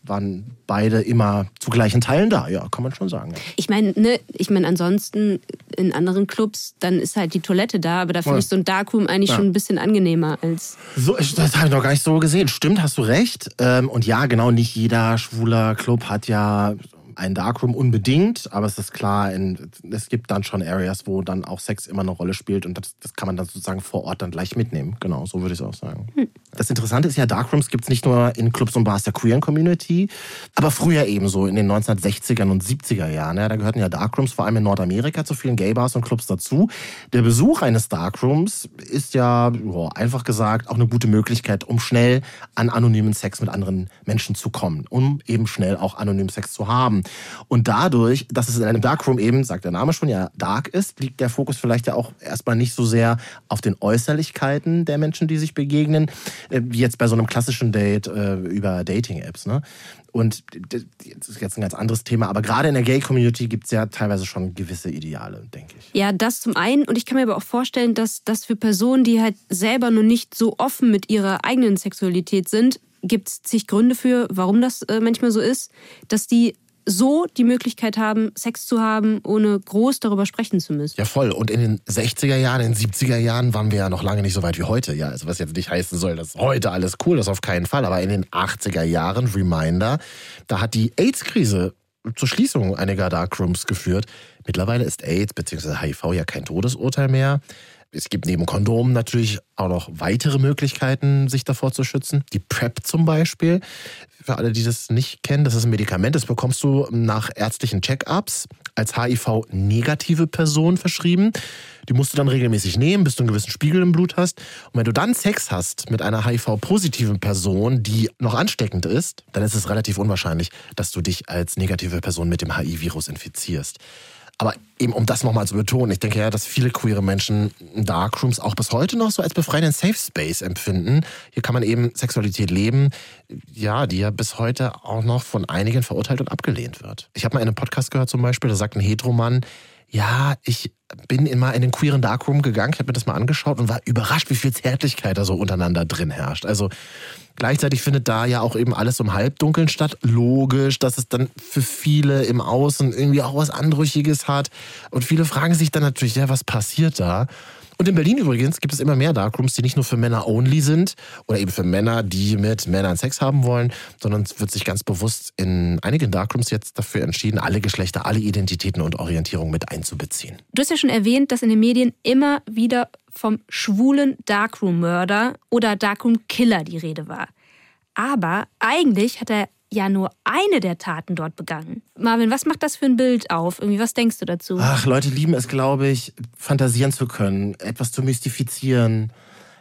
beide immer zu gleichen Teilen da, ja, kann man schon sagen. Ja. Ich meine, ansonsten in anderen Clubs, dann ist halt die Toilette da, aber da finde ich so ein Darkroom eigentlich schon ein bisschen angenehmer als... So, das habe ich noch gar nicht so gesehen. Stimmt, hast du recht. Und ja, genau, nicht jeder schwuler Club hat ja ein Darkroom unbedingt, aber es ist klar, es gibt dann schon Areas, wo dann auch Sex immer eine Rolle spielt und das kann man dann sozusagen vor Ort dann gleich mitnehmen. Genau, so würde ich es auch sagen. Das Interessante ist ja, Darkrooms gibt es nicht nur in Clubs und Bars der queeren Community, aber früher ebenso, in den 1960er und 70er Jahren. Ja, da gehörten ja Darkrooms vor allem in Nordamerika zu vielen Gaybars und Clubs dazu. Der Besuch eines Darkrooms ist ja, einfach gesagt, auch eine gute Möglichkeit, um schnell an anonymen Sex mit anderen Menschen zu kommen, um eben schnell auch anonymen Sex zu haben. Und dadurch, dass es in einem Darkroom eben, sagt der Name schon, ja dark ist, liegt der Fokus vielleicht ja auch erstmal nicht so sehr auf den Äußerlichkeiten der Menschen, die sich begegnen, wie jetzt bei so einem klassischen Date über Dating-Apps. Ne? Und das ist jetzt ein ganz anderes Thema, aber gerade in der Gay-Community gibt es ja teilweise schon gewisse Ideale, denke ich. Ja, das zum einen. Und ich kann mir aber auch vorstellen, dass das für Personen, die halt selber noch nicht so offen mit ihrer eigenen Sexualität sind, gibt es zig Gründe für, warum das manchmal so ist, dass die so die Möglichkeit haben, Sex zu haben, ohne groß darüber sprechen zu müssen. Ja, voll. Und in den 60er Jahren, in den 70er Jahren waren wir ja noch lange nicht so weit wie heute. Ja, also was jetzt nicht heißen soll, dass heute alles cool ist, auf keinen Fall. Aber in den 80er Jahren, Reminder, da hat die AIDS-Krise zur Schließung einiger Darkrooms geführt. Mittlerweile ist AIDS bzw. HIV ja kein Todesurteil mehr. Es gibt neben Kondomen natürlich auch noch weitere Möglichkeiten, sich davor zu schützen. Die PrEP zum Beispiel. Für alle, die das nicht kennen, das ist ein Medikament, das bekommst du nach ärztlichen Check-ups als HIV-negative Person verschrieben. Die musst du dann regelmäßig nehmen, bis du einen gewissen Spiegel im Blut hast. Und wenn du dann Sex hast mit einer HIV-positiven Person, die noch ansteckend ist, dann ist es relativ unwahrscheinlich, dass du dich als negative Person mit dem HIV-Virus infizierst. Aber eben, um das nochmal zu betonen, ich denke ja, dass viele queere Menschen Darkrooms auch bis heute noch so als befreienden Safe Space empfinden. Hier kann man eben Sexualität leben, ja, die ja bis heute auch noch von einigen verurteilt und abgelehnt wird. Ich habe mal in einem Podcast gehört zum Beispiel, da sagt ein Heteromann, ja, ich bin mal in den queeren Darkroom gegangen, ich habe mir das mal angeschaut und war überrascht, wie viel Zärtlichkeit da so untereinander drin herrscht. Also gleichzeitig findet da ja auch eben alles im Halbdunkeln statt. Logisch, dass es dann für viele im Außen irgendwie auch was Anrüchiges hat. Und viele fragen sich dann natürlich, ja, was passiert da? Und in Berlin übrigens gibt es immer mehr Darkrooms, die nicht nur für Männer only sind oder eben für Männer, die mit Männern Sex haben wollen, sondern es wird sich ganz bewusst in einigen Darkrooms jetzt dafür entschieden, alle Geschlechter, alle Identitäten und Orientierungen mit einzubeziehen. Du hast ja schon erwähnt, dass in den Medien immer wieder vom schwulen Darkroom-Mörder oder Darkroom-Killer die Rede war. Aber eigentlich hat er ja nur eine der Taten dort begangen. Marvin, was macht das für ein Bild auf? Irgendwie, was denkst du dazu? Ach, Leute lieben es, glaube ich, fantasieren zu können, etwas zu mystifizieren,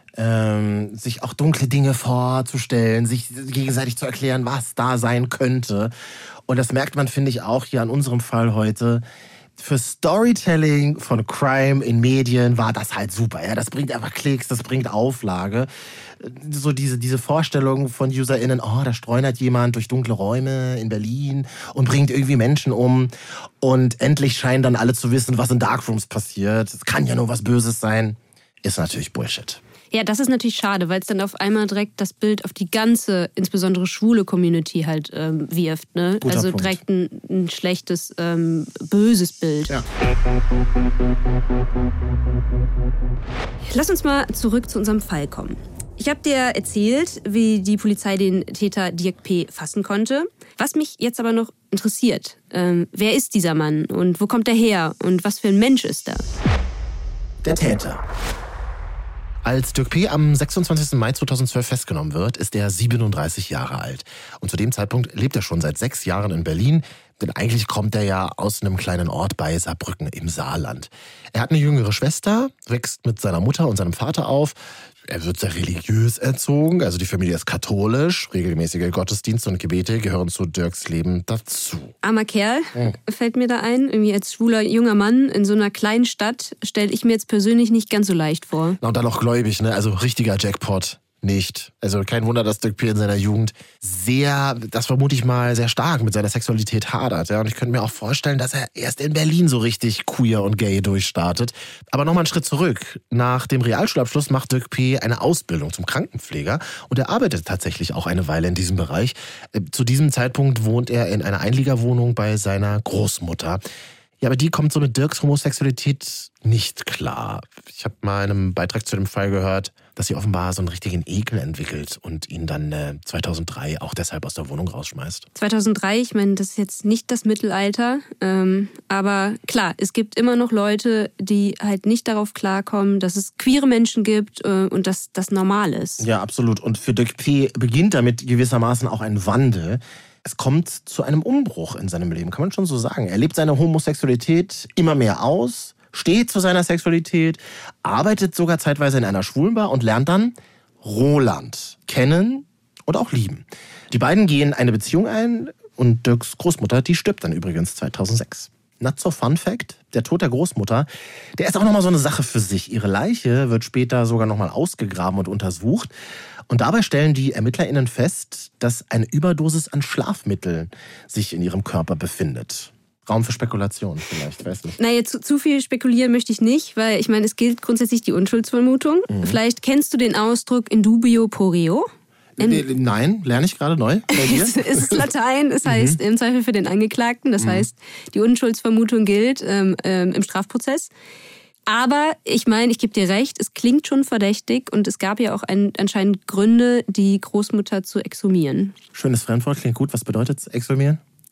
sich auch dunkle Dinge vorzustellen, sich gegenseitig zu erklären, was da sein könnte. Und das merkt man, finde ich, auch hier an unserem Fall heute. Für Storytelling von Crime in Medien war das halt super. Ja, das bringt einfach Klicks, das bringt Auflage. So diese Vorstellung von UserInnen, oh, da streunert jemand durch dunkle Räume in Berlin und bringt irgendwie Menschen um. Und endlich scheinen dann alle zu wissen, was in Darkrooms passiert. Es kann ja nur was Böses sein. Ist natürlich Bullshit. Ja, das ist natürlich schade, weil es dann auf einmal direkt das Bild auf die ganze, insbesondere schwule Community halt wirft. Ne? Also Punkt. direkt ein schlechtes, böses Bild. Ja. Lass uns mal zurück zu unserem Fall kommen. Ich habe dir erzählt, wie die Polizei den Täter Dirk P. fassen konnte. Was mich jetzt aber noch interessiert, wer ist dieser Mann und wo kommt er her und was für ein Mensch ist er? Der Täter. Als Dirk P. am 26. Mai 2012 festgenommen wird, ist er 37 Jahre alt. Und zu dem Zeitpunkt lebt er schon seit 6 Jahren in Berlin. Denn eigentlich kommt er ja aus einem kleinen Ort bei Saarbrücken im Saarland. Er hat eine jüngere Schwester, wächst mit seiner Mutter und seinem Vater auf. Er wird sehr religiös erzogen, also die Familie ist katholisch. Regelmäßige Gottesdienste und Gebete gehören zu Dirks Leben dazu. Armer Kerl, fällt mir da ein. Irgendwie als schwuler junger Mann in so einer kleinen Stadt stelle ich mir jetzt persönlich nicht ganz so leicht vor. Na, und dann auch gläubig, ne? Also richtiger Jackpot. Nicht. Also kein Wunder, dass Dirk P. in seiner Jugend das vermute ich mal, sehr stark mit seiner Sexualität hadert. Ja? Und ich könnte mir auch vorstellen, dass er erst in Berlin so richtig queer und gay durchstartet. Aber nochmal einen Schritt zurück. Nach dem Realschulabschluss macht Dirk P. eine Ausbildung zum Krankenpfleger und er arbeitet tatsächlich auch eine Weile in diesem Bereich. Zu diesem Zeitpunkt wohnt er in einer Einliegerwohnung bei seiner Großmutter. Ja, aber die kommt so mit Dirks Homosexualität nicht klar. Ich habe mal in einem Beitrag zu dem Fall gehört, dass sie offenbar so einen richtigen Ekel entwickelt und ihn dann 2003 auch deshalb aus der Wohnung rausschmeißt. 2003, ich meine, das ist jetzt nicht das Mittelalter, aber klar, es gibt immer noch Leute, die halt nicht darauf klarkommen, dass es queere Menschen gibt und dass das normal ist. Ja, absolut. Und für Dirk P. beginnt damit gewissermaßen auch ein Wandel. Es kommt zu einem Umbruch in seinem Leben, kann man schon so sagen. Er lebt seine Homosexualität immer mehr aus, steht zu seiner Sexualität, arbeitet sogar zeitweise in einer Schwulenbar und lernt dann Roland kennen und auch lieben. Die beiden gehen eine Beziehung ein und Dirks Großmutter, die stirbt dann übrigens 2006. Not so fun fact, der Tod der Großmutter, der ist auch nochmal so eine Sache für sich. Ihre Leiche wird später sogar nochmal ausgegraben und untersucht. Und dabei stellen die ErmittlerInnen fest, dass eine Überdosis an Schlafmitteln sich in ihrem Körper befindet. Raum für Spekulation vielleicht, weiß nicht. Naja, zu viel spekulieren möchte ich nicht, weil ich meine, es gilt grundsätzlich die Unschuldsvermutung. Vielleicht kennst du den Ausdruck in dubio pro reo? Nein, lerne ich gerade neu bei dir. Es ist Latein, es heißt im Zweifel für den Angeklagten, das heißt, die Unschuldsvermutung gilt im Strafprozess. Aber ich meine, ich gebe dir recht, es klingt schon verdächtig und es gab ja auch anscheinend Gründe, die Großmutter zu exhumieren. Schönes Fremdwort, klingt gut. Was bedeutet exhumieren?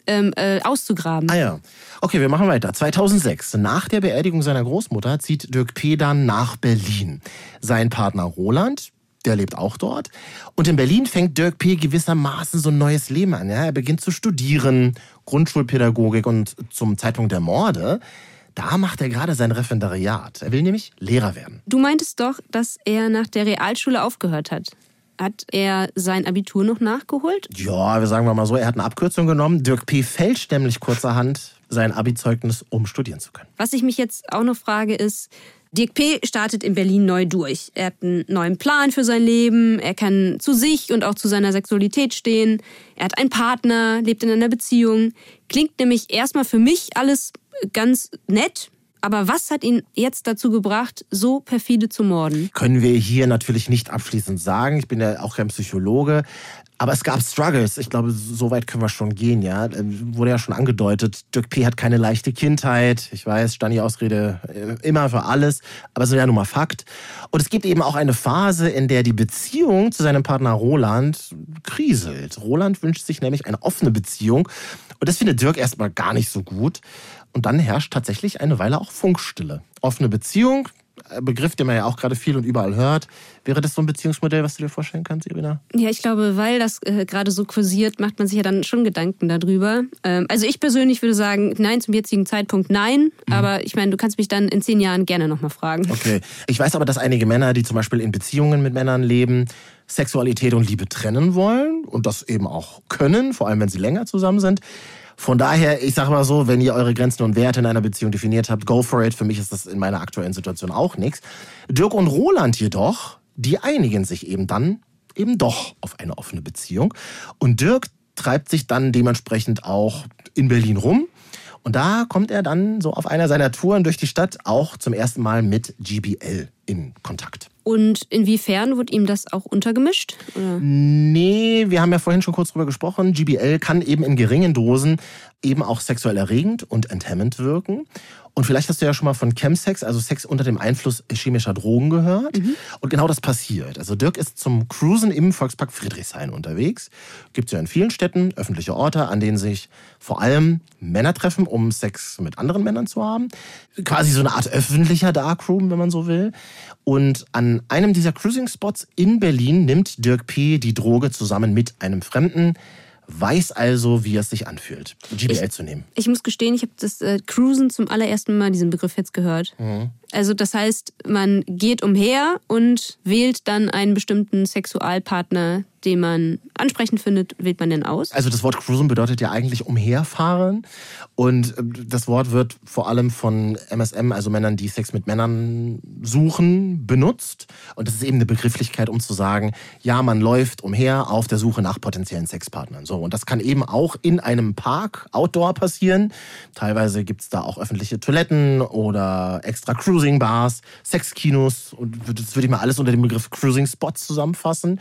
auszugraben. Ah ja. Okay, wir machen weiter. 2006, nach der Beerdigung seiner Großmutter, zieht Dirk P. dann nach Berlin. Sein Partner Roland, der lebt auch dort. Und in Berlin fängt Dirk P. gewissermaßen so ein neues Leben an. Ja? Er beginnt zu studieren, Grundschulpädagogik, und zum Zeitpunkt der Morde, da macht er gerade sein Referendariat. Er will nämlich Lehrer werden. Du meintest doch, dass er nach der Realschule aufgehört hat. Hat er sein Abitur noch nachgeholt? Ja, wir sagen mal so, er hat eine Abkürzung genommen. Dirk P. fälscht nämlich kurzerhand sein Abi-Zeugnis, um studieren zu können. Was ich mich jetzt auch noch frage ist, Dirk P. startet in Berlin neu durch. Er hat einen neuen Plan für sein Leben, er kann zu sich und auch zu seiner Sexualität stehen. Er hat einen Partner, lebt in einer Beziehung. Klingt nämlich erstmal für mich alles ganz nett. Aber was hat ihn jetzt dazu gebracht, so perfide zu morden? Können wir hier natürlich nicht abschließend sagen. Ich bin ja auch kein Psychologe. Aber es gab Struggles. Ich glaube, so weit können wir schon gehen, ja. Wurde ja schon angedeutet, Dirk P. hat keine leichte Kindheit. Ich weiß, Stani-Ausrede immer für alles. Aber es ist ja nun mal Fakt. Und es gibt eben auch eine Phase, in der die Beziehung zu seinem Partner Roland kriselt. Roland wünscht sich nämlich eine offene Beziehung. Und das findet Dirk erstmal gar nicht so gut. Und dann herrscht tatsächlich eine Weile auch Funkstille. Offene Beziehung, Begriff, den man ja auch gerade viel und überall hört. Wäre das so ein Beziehungsmodell, was du dir vorstellen kannst, Irina? Ja, ich glaube, weil das gerade so kursiert, macht man sich ja dann schon Gedanken darüber. Also ich persönlich würde sagen, nein, zum jetzigen Zeitpunkt nein. Aber ich meine, du kannst mich dann in 10 Jahren gerne nochmal fragen. Okay. Ich weiß aber, dass einige Männer, die zum Beispiel in Beziehungen mit Männern leben, Sexualität und Liebe trennen wollen und das eben auch können, vor allem wenn sie länger zusammen sind. Von daher, ich sage mal so, wenn ihr eure Grenzen und Werte in einer Beziehung definiert habt, go for it. Für mich ist das in meiner aktuellen Situation auch nichts. Dirk und Roland jedoch, die einigen sich eben dann eben doch auf eine offene Beziehung. Und Dirk treibt sich dann dementsprechend auch in Berlin rum. Und da kommt er dann so auf einer seiner Touren durch die Stadt auch zum ersten Mal mit GBL in Kontakt. Und inwiefern wird ihm das auch untergemischt? Oder? Nee, wir haben ja vorhin schon kurz drüber gesprochen. GBL kann eben in geringen Dosen eben auch sexuell erregend und enthemmend wirken. Und vielleicht hast du ja schon mal von Chemsex, also Sex unter dem Einfluss chemischer Drogen gehört. Und genau das passiert. Also Dirk ist zum Cruisen im Volkspark Friedrichshain unterwegs. Gibt es ja in vielen Städten öffentliche Orte, an denen sich vor allem Männer treffen, um Sex mit anderen Männern zu haben. Quasi so eine Art öffentlicher Darkroom, wenn man so will. Und an einem dieser Cruising-Spots in Berlin nimmt Dirk P. die Droge zusammen mit einem Fremden, weiß also, wie es sich anfühlt, GBL zu nehmen. Ich muss gestehen, ich habe das Cruisen zum allerersten Mal, diesen Begriff jetzt gehört. Also das heißt, man geht umher und wählt dann einen bestimmten Sexualpartner, den man ansprechend findet, wählt man denn aus? Also das Wort Cruisen bedeutet ja eigentlich umherfahren. Und das Wort wird vor allem von MSM, also Männern, die Sex mit Männern suchen, benutzt. Und das ist eben eine Begrifflichkeit, um zu sagen, ja, man läuft umher auf der Suche nach potenziellen Sexpartnern. So, und das kann eben auch in einem Park, Outdoor passieren. Teilweise gibt es da auch öffentliche Toiletten oder extra Cruising-Bars, Sexkinos. Und das würde ich mal alles unter dem Begriff Cruising-Spots zusammenfassen.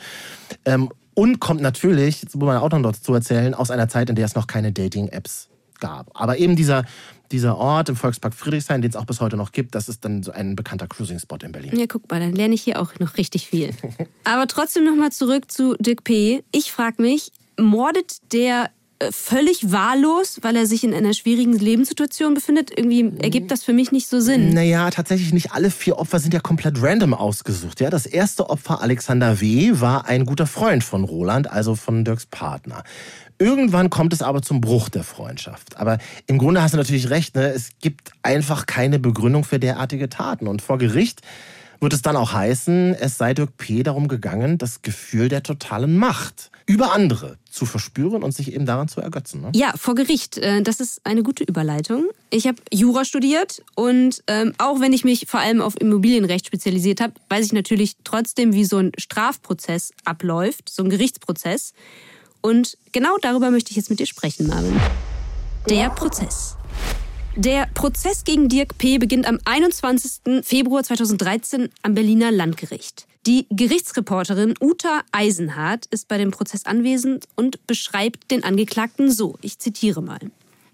Und kommt natürlich, jetzt muss man auch noch dazu erzählen, aus einer Zeit, in der es noch keine Dating-Apps gab. Aber eben dieser Ort im Volkspark Friedrichshain, den es auch bis heute noch gibt, das ist dann so ein bekannter Cruising-Spot in Berlin. Ja, guck mal, dann lerne ich hier auch noch richtig viel. Aber trotzdem nochmal zurück zu Dirk P. Ich frage mich, mordet der völlig wahllos, weil er sich in einer schwierigen Lebenssituation befindet? Irgendwie ergibt das für mich nicht so Sinn. Naja, tatsächlich nicht alle 4 Opfer sind ja komplett random ausgesucht. Ja, das erste Opfer, Alexander W., war ein guter Freund von Roland, also von Dirks Partner. Irgendwann kommt es aber zum Bruch der Freundschaft. Aber im Grunde hast du natürlich recht, ne? Es gibt einfach keine Begründung für derartige Taten. Und vor Gericht wird es dann auch heißen, es sei Dirk P. darum gegangen, das Gefühl der totalen Macht über andere zu verspüren und sich eben daran zu ergötzen. Ne? Ja, vor Gericht. Das ist eine gute Überleitung. Ich habe Jura studiert und auch wenn ich mich vor allem auf Immobilienrecht spezialisiert habe, weiß ich natürlich trotzdem, wie so ein Strafprozess abläuft, so ein Gerichtsprozess. Und genau darüber möchte ich jetzt mit dir sprechen, Marvin. Der Prozess. Der Prozess gegen Dirk P. beginnt am 21. Februar 2013 am Berliner Landgericht. Die Gerichtsreporterin Uta Eisenhardt ist bei dem Prozess anwesend und beschreibt den Angeklagten so, ich zitiere mal.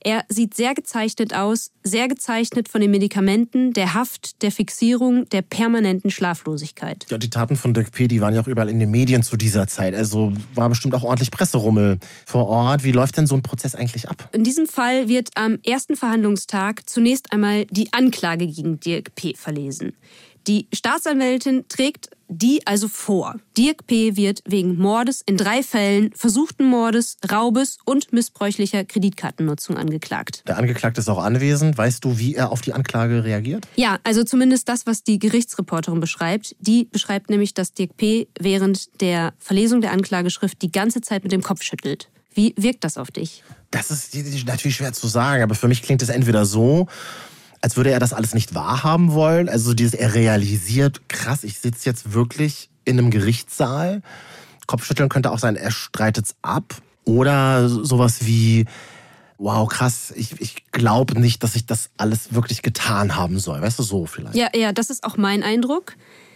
Er sieht sehr gezeichnet aus, sehr gezeichnet von den Medikamenten, der Haft, der Fixierung, der permanenten Schlaflosigkeit. Ja, die Taten von Dirk P., die waren ja auch überall in den Medien zu dieser Zeit. Also war bestimmt auch ordentlich Presserummel vor Ort. Wie läuft denn so ein Prozess eigentlich ab? In diesem Fall wird am ersten Verhandlungstag zunächst einmal die Anklage gegen Dirk P. verlesen. Die Staatsanwältin trägt die also vor. Dirk P. wird wegen Mordes in 3 Fällen, versuchten Mordes, Raubes und missbräuchlicher Kreditkartennutzung angeklagt. Der Angeklagte ist auch anwesend. Weißt du, wie er auf die Anklage reagiert? Ja, also zumindest das, was die Gerichtsreporterin beschreibt. Die beschreibt nämlich, dass Dirk P. während der Verlesung der Anklageschrift die ganze Zeit mit dem Kopf schüttelt. Wie wirkt das auf dich? Das ist natürlich schwer zu sagen, aber für mich klingt es entweder so, als würde er das alles nicht wahrhaben wollen. Also er realisiert, krass, ich sitze jetzt wirklich in einem Gerichtssaal. Kopfschütteln könnte auch sein, er streitet's ab. Oder sowas wie, wow, krass, ich glaube nicht, dass ich das alles wirklich getan haben soll. Weißt du, so vielleicht. Ja, das ist auch mein Eindruck.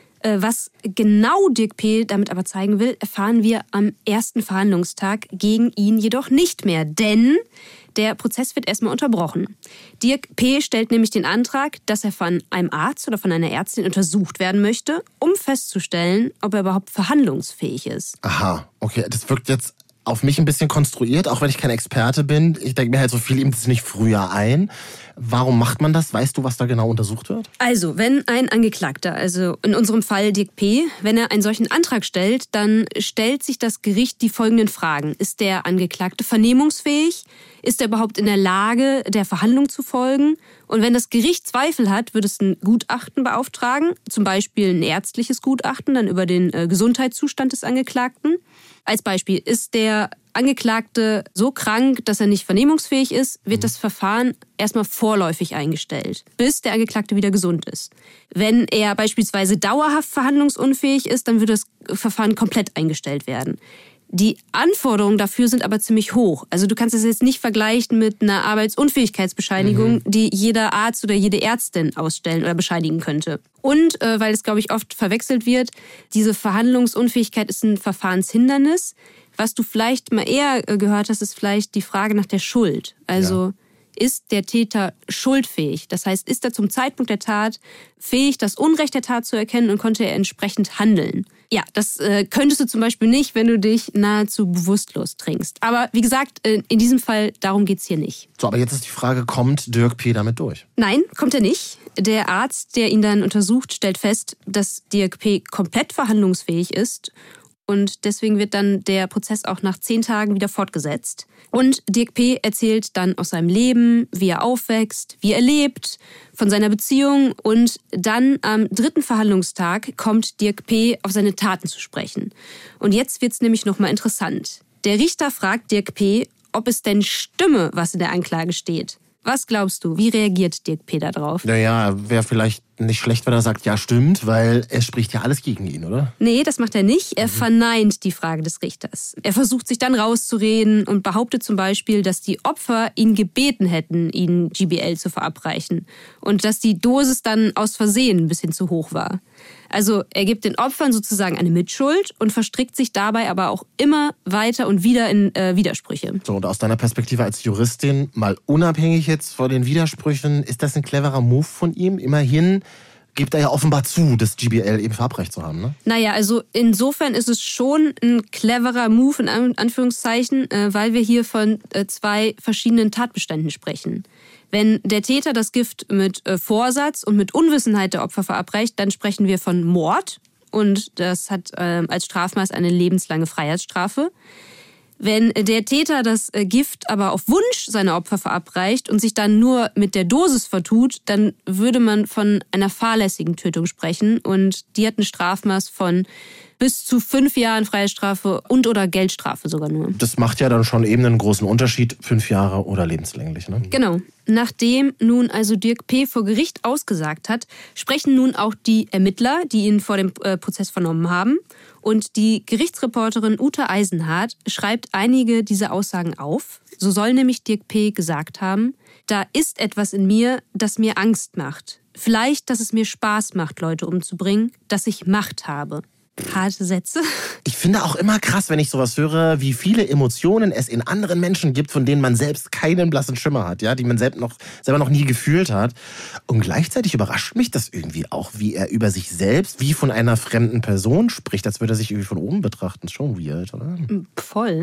Was genau Dirk P. damit aber zeigen will, erfahren wir am ersten Verhandlungstag, gegen ihn jedoch nicht mehr. Denn der Prozess wird erstmal unterbrochen. Dirk P. stellt nämlich den Antrag, dass er von einem Arzt oder von einer Ärztin untersucht werden möchte, um festzustellen, ob er überhaupt verhandlungsfähig ist. Aha, okay, das wirkt jetzt auf mich ein bisschen konstruiert, auch wenn ich kein Experte bin. Ich denke mir halt, so fiel ihm das nicht früher ein. Warum macht man das? Weißt du, was da genau untersucht wird? Also, wenn ein Angeklagter, also in unserem Fall Dirk P., wenn er einen solchen Antrag stellt, dann stellt sich das Gericht die folgenden Fragen. Ist der Angeklagte vernehmungsfähig? Ist er überhaupt in der Lage, der Verhandlung zu folgen? Und wenn das Gericht Zweifel hat, wird es ein Gutachten beauftragen, zum Beispiel ein ärztliches Gutachten, dann über den Gesundheitszustand des Angeklagten. Als Beispiel, ist der Angeklagte so krank, dass er nicht vernehmungsfähig ist, wird das Verfahren erstmal vorläufig eingestellt, bis der Angeklagte wieder gesund ist. Wenn er beispielsweise dauerhaft verhandlungsunfähig ist, dann wird das Verfahren komplett eingestellt werden. Die Anforderungen dafür sind aber ziemlich hoch. Also du kannst es jetzt nicht vergleichen mit einer Arbeitsunfähigkeitsbescheinigung, die jeder Arzt oder jede Ärztin ausstellen oder bescheinigen könnte. Und, weil es, glaube ich, oft verwechselt wird, diese Verhandlungsunfähigkeit ist ein Verfahrenshindernis. Was du vielleicht mal eher gehört hast, ist vielleicht die Frage nach der Schuld. Also ist der Täter schuldfähig? Das heißt, ist er zum Zeitpunkt der Tat fähig, das Unrecht der Tat zu erkennen und konnte er entsprechend handeln? Ja, das könntest du zum Beispiel nicht, wenn du dich nahezu bewusstlos trinkst. Aber wie gesagt, in diesem Fall, darum geht's hier nicht. So, aber jetzt ist die Frage, kommt Dirk P. damit durch? Nein, kommt er nicht. Der Arzt, der ihn dann untersucht, stellt fest, dass Dirk P. komplett verhandlungsfähig ist. Und deswegen wird dann der Prozess auch nach 10 Tagen wieder fortgesetzt. Und Dirk P. erzählt dann aus seinem Leben, wie er aufwächst, wie er lebt, von seiner Beziehung. Und dann am 3. Verhandlungstag kommt Dirk P. auf seine Taten zu sprechen. Und jetzt wird's nämlich nochmal interessant. Der Richter fragt Dirk P., ob es denn stimme, was in der Anklage steht. Was glaubst du, wie reagiert Dirk P. da drauf? Naja, wäre vielleicht nicht schlecht, wenn er sagt, ja stimmt, weil es spricht ja alles gegen ihn, oder? Nee, das macht er nicht. Er verneint die Frage des Richters. Er versucht sich dann rauszureden und behauptet zum Beispiel, dass die Opfer ihn gebeten hätten, ihnen GBL zu verabreichen. Und dass die Dosis dann aus Versehen ein bisschen zu hoch war. Also er gibt den Opfern sozusagen eine Mitschuld und verstrickt sich dabei aber auch immer weiter und wieder in Widersprüche. So, und aus deiner Perspektive als Juristin, mal unabhängig jetzt von den Widersprüchen, ist das ein cleverer Move von ihm? Immerhin gibt er ja offenbar zu, das GBL eben verabreicht zu haben, ne? Naja, also insofern ist es schon ein cleverer Move, in Anführungszeichen, weil wir hier von 2 verschiedenen Tatbeständen sprechen. Wenn der Täter das Gift mit Vorsatz und mit Unwissenheit der Opfer verabreicht, dann sprechen wir von Mord. Und das hat als Strafmaß eine lebenslange Freiheitsstrafe. Wenn der Täter das Gift aber auf Wunsch seiner Opfer verabreicht und sich dann nur mit der Dosis vertut, dann würde man von einer fahrlässigen Tötung sprechen. Und die hat ein Strafmaß von bis zu 5 Jahren Freiheitsstrafe und oder Geldstrafe sogar nur. Das macht ja dann schon eben einen großen Unterschied, 5 Jahre oder lebenslänglich, ne? Genau. Nachdem nun also Dirk P. vor Gericht ausgesagt hat, sprechen nun auch die Ermittler, die ihn vor dem Prozess vernommen haben. Und die Gerichtsreporterin Ute Eisenhardt schreibt einige dieser Aussagen auf. So soll nämlich Dirk P. gesagt haben, da ist etwas in mir, das mir Angst macht. Vielleicht, dass es mir Spaß macht, Leute umzubringen, dass ich Macht habe. Harte Sätze. Ich finde auch immer krass, wenn ich sowas höre, wie viele Emotionen es in anderen Menschen gibt, von denen man selbst keinen blassen Schimmer hat, ja, die man selber noch nie gefühlt hat. Und gleichzeitig überrascht mich das irgendwie auch, wie er über sich selbst, wie von einer fremden Person spricht, als würde er sich irgendwie von oben betrachten. Ist schon weird, oder? Voll.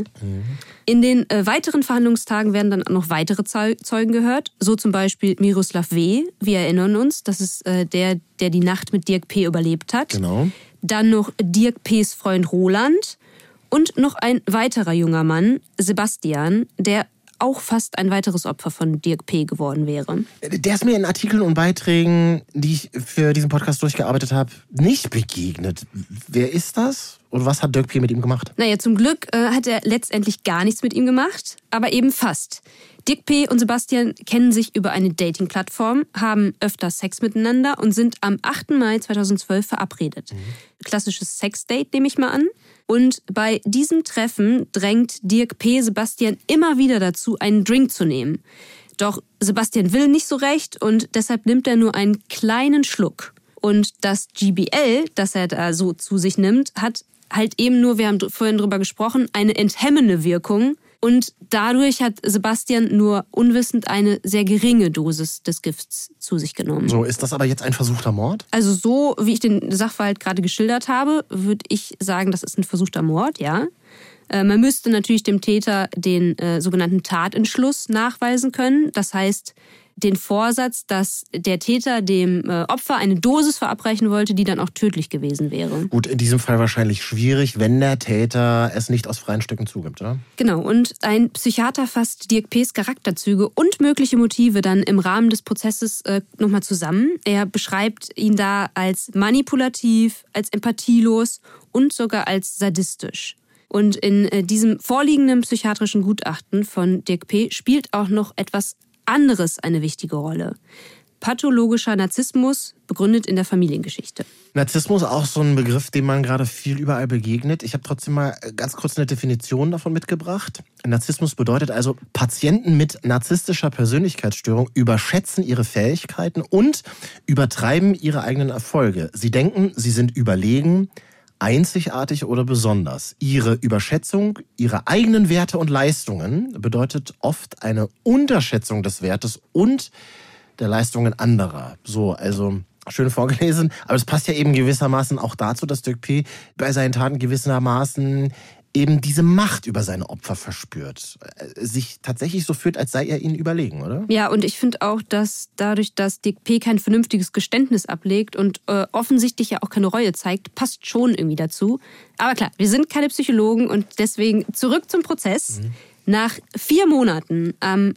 In den weiteren Verhandlungstagen werden dann auch noch weitere Zeugen gehört. So zum Beispiel Miroslav W., wir erinnern uns, das ist der die Nacht mit Dirk P. überlebt hat. Genau. Dann noch Dirk P.'s Freund Roland und noch ein weiterer junger Mann, Sebastian, der auch fast ein weiteres Opfer von Dirk P. geworden wäre. Der ist mir in Artikeln und Beiträgen, die ich für diesen Podcast durchgearbeitet habe, nicht begegnet. Wer ist das? Und was hat Dirk P. mit ihm gemacht? Naja, zum Glück hat er letztendlich gar nichts mit ihm gemacht, aber eben fast. Dirk P. und Sebastian kennen sich über eine Dating-Plattform, haben öfter Sex miteinander und sind am 8. Mai 2012 verabredet. Klassisches Sexdate, nehme ich mal an. Und bei diesem Treffen drängt Dirk P. Sebastian immer wieder dazu, einen Drink zu nehmen. Doch Sebastian will nicht so recht und deshalb nimmt er nur einen kleinen Schluck. Und das GBL, das er da so zu sich nimmt, hat halt eben nur, wir haben vorhin drüber gesprochen, eine enthemmende Wirkung. Und dadurch hat Sebastian nur unwissend eine sehr geringe Dosis des Gifts zu sich genommen. So, ist das aber jetzt ein versuchter Mord? Also so, wie ich den Sachverhalt gerade geschildert habe, würde ich sagen, das ist ein versuchter Mord, ja. Man müsste natürlich dem Täter den sogenannten Tatentschluss nachweisen können. Das heißt, den Vorsatz, dass der Täter dem Opfer eine Dosis verabreichen wollte, die dann auch tödlich gewesen wäre. Gut, in diesem Fall wahrscheinlich schwierig, wenn der Täter es nicht aus freien Stücken zugibt, oder? Genau, und ein Psychiater fasst Dirk P.'s Charakterzüge und mögliche Motive dann im Rahmen des Prozesses nochmal zusammen. Er beschreibt ihn da als manipulativ, als empathielos und sogar als sadistisch. Und in diesem vorliegenden psychiatrischen Gutachten von Dirk P. spielt auch noch etwas anderes eine wichtige Rolle. Pathologischer Narzissmus, begründet in der Familiengeschichte. Narzissmus auch so ein Begriff, dem man gerade viel überall begegnet. Ich habe trotzdem mal ganz kurz eine Definition davon mitgebracht. Narzissmus bedeutet also, Patienten mit narzisstischer Persönlichkeitsstörung überschätzen ihre Fähigkeiten und übertreiben ihre eigenen Erfolge. Sie denken, sie sind überlegen, einzigartig oder besonders. Ihre Überschätzung ihrer eigenen Werte und Leistungen bedeutet oft eine Unterschätzung des Wertes und der Leistungen anderer. So, also schön vorgelesen. Aber es passt ja eben gewissermaßen auch dazu, dass Dirk P. bei seinen Taten gewissermaßen eben diese Macht über seine Opfer verspürt. Sich tatsächlich so fühlt, als sei er ihnen überlegen, oder? Ja, und ich finde auch, dass dadurch, dass Dirk P. kein vernünftiges Geständnis ablegt und offensichtlich ja auch keine Reue zeigt, passt schon irgendwie dazu. Aber klar, wir sind keine Psychologen und deswegen zurück zum Prozess. Nach 4 Monaten, am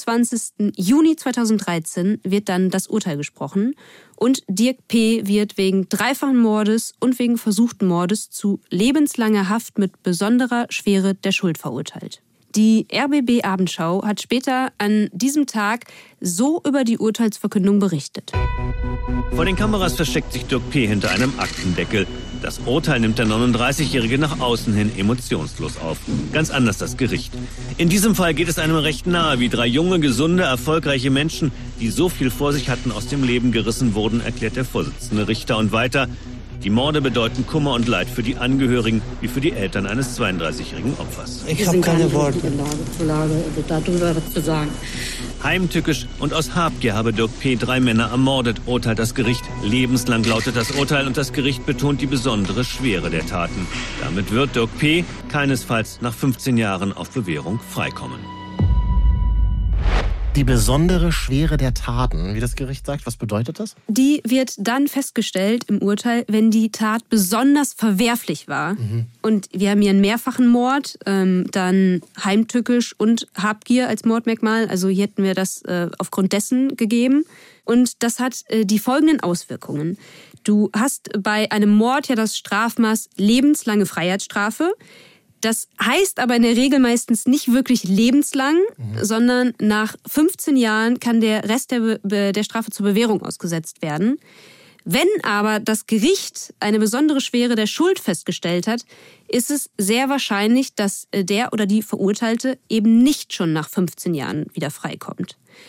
28. Juni 2013, wird dann das Urteil gesprochen. Und Dirk P. wird wegen dreifachen Mordes und wegen versuchten Mordes zu lebenslanger Haft mit besonderer Schwere der Schuld verurteilt. Die RBB Abendschau hat später an diesem Tag so über die Urteilsverkündung berichtet. Vor den Kameras versteckt sich Dirk P. hinter einem Aktendeckel. Das Urteil nimmt der 39-Jährige nach außen hin emotionslos auf. Ganz anders das Gericht. In diesem Fall geht es einem recht nahe, wie 3 junge, gesunde, erfolgreiche Menschen, die so viel vor sich hatten, aus dem Leben gerissen wurden, erklärt der Vorsitzende Richter. Und weiter: Die Morde bedeuten Kummer und Leid für die Angehörigen wie für die Eltern eines 32-jährigen Opfers. Ich habe keine Worte. Darüber was zu sagen. Heimtückisch und aus Habgier habe Dirk P. 3 Männer ermordet, urteilt das Gericht. Lebenslang lautet das Urteil und das Gericht betont die besondere Schwere der Taten. Damit wird Dirk P. keinesfalls nach 15 Jahren auf Bewährung freikommen. Die besondere Schwere der Taten, wie das Gericht sagt, was bedeutet das? Die wird dann festgestellt im Urteil, wenn die Tat besonders verwerflich war. Und wir haben hier einen mehrfachen Mord, dann heimtückisch und Habgier als Mordmerkmal. Also hier hätten wir das aufgrund dessen gegeben. Und das hat die folgenden Auswirkungen. Du hast bei einem Mord ja das Strafmaß lebenslange Freiheitsstrafe. Das heißt aber in der Regel meistens nicht wirklich lebenslang, sondern nach 15 Jahren kann der Rest der Strafe zur Bewährung ausgesetzt werden. Wenn aber das Gericht eine besondere Schwere der Schuld festgestellt hat, ist es sehr wahrscheinlich, dass der oder die Verurteilte eben nicht schon nach 15 Jahren wieder freikommt.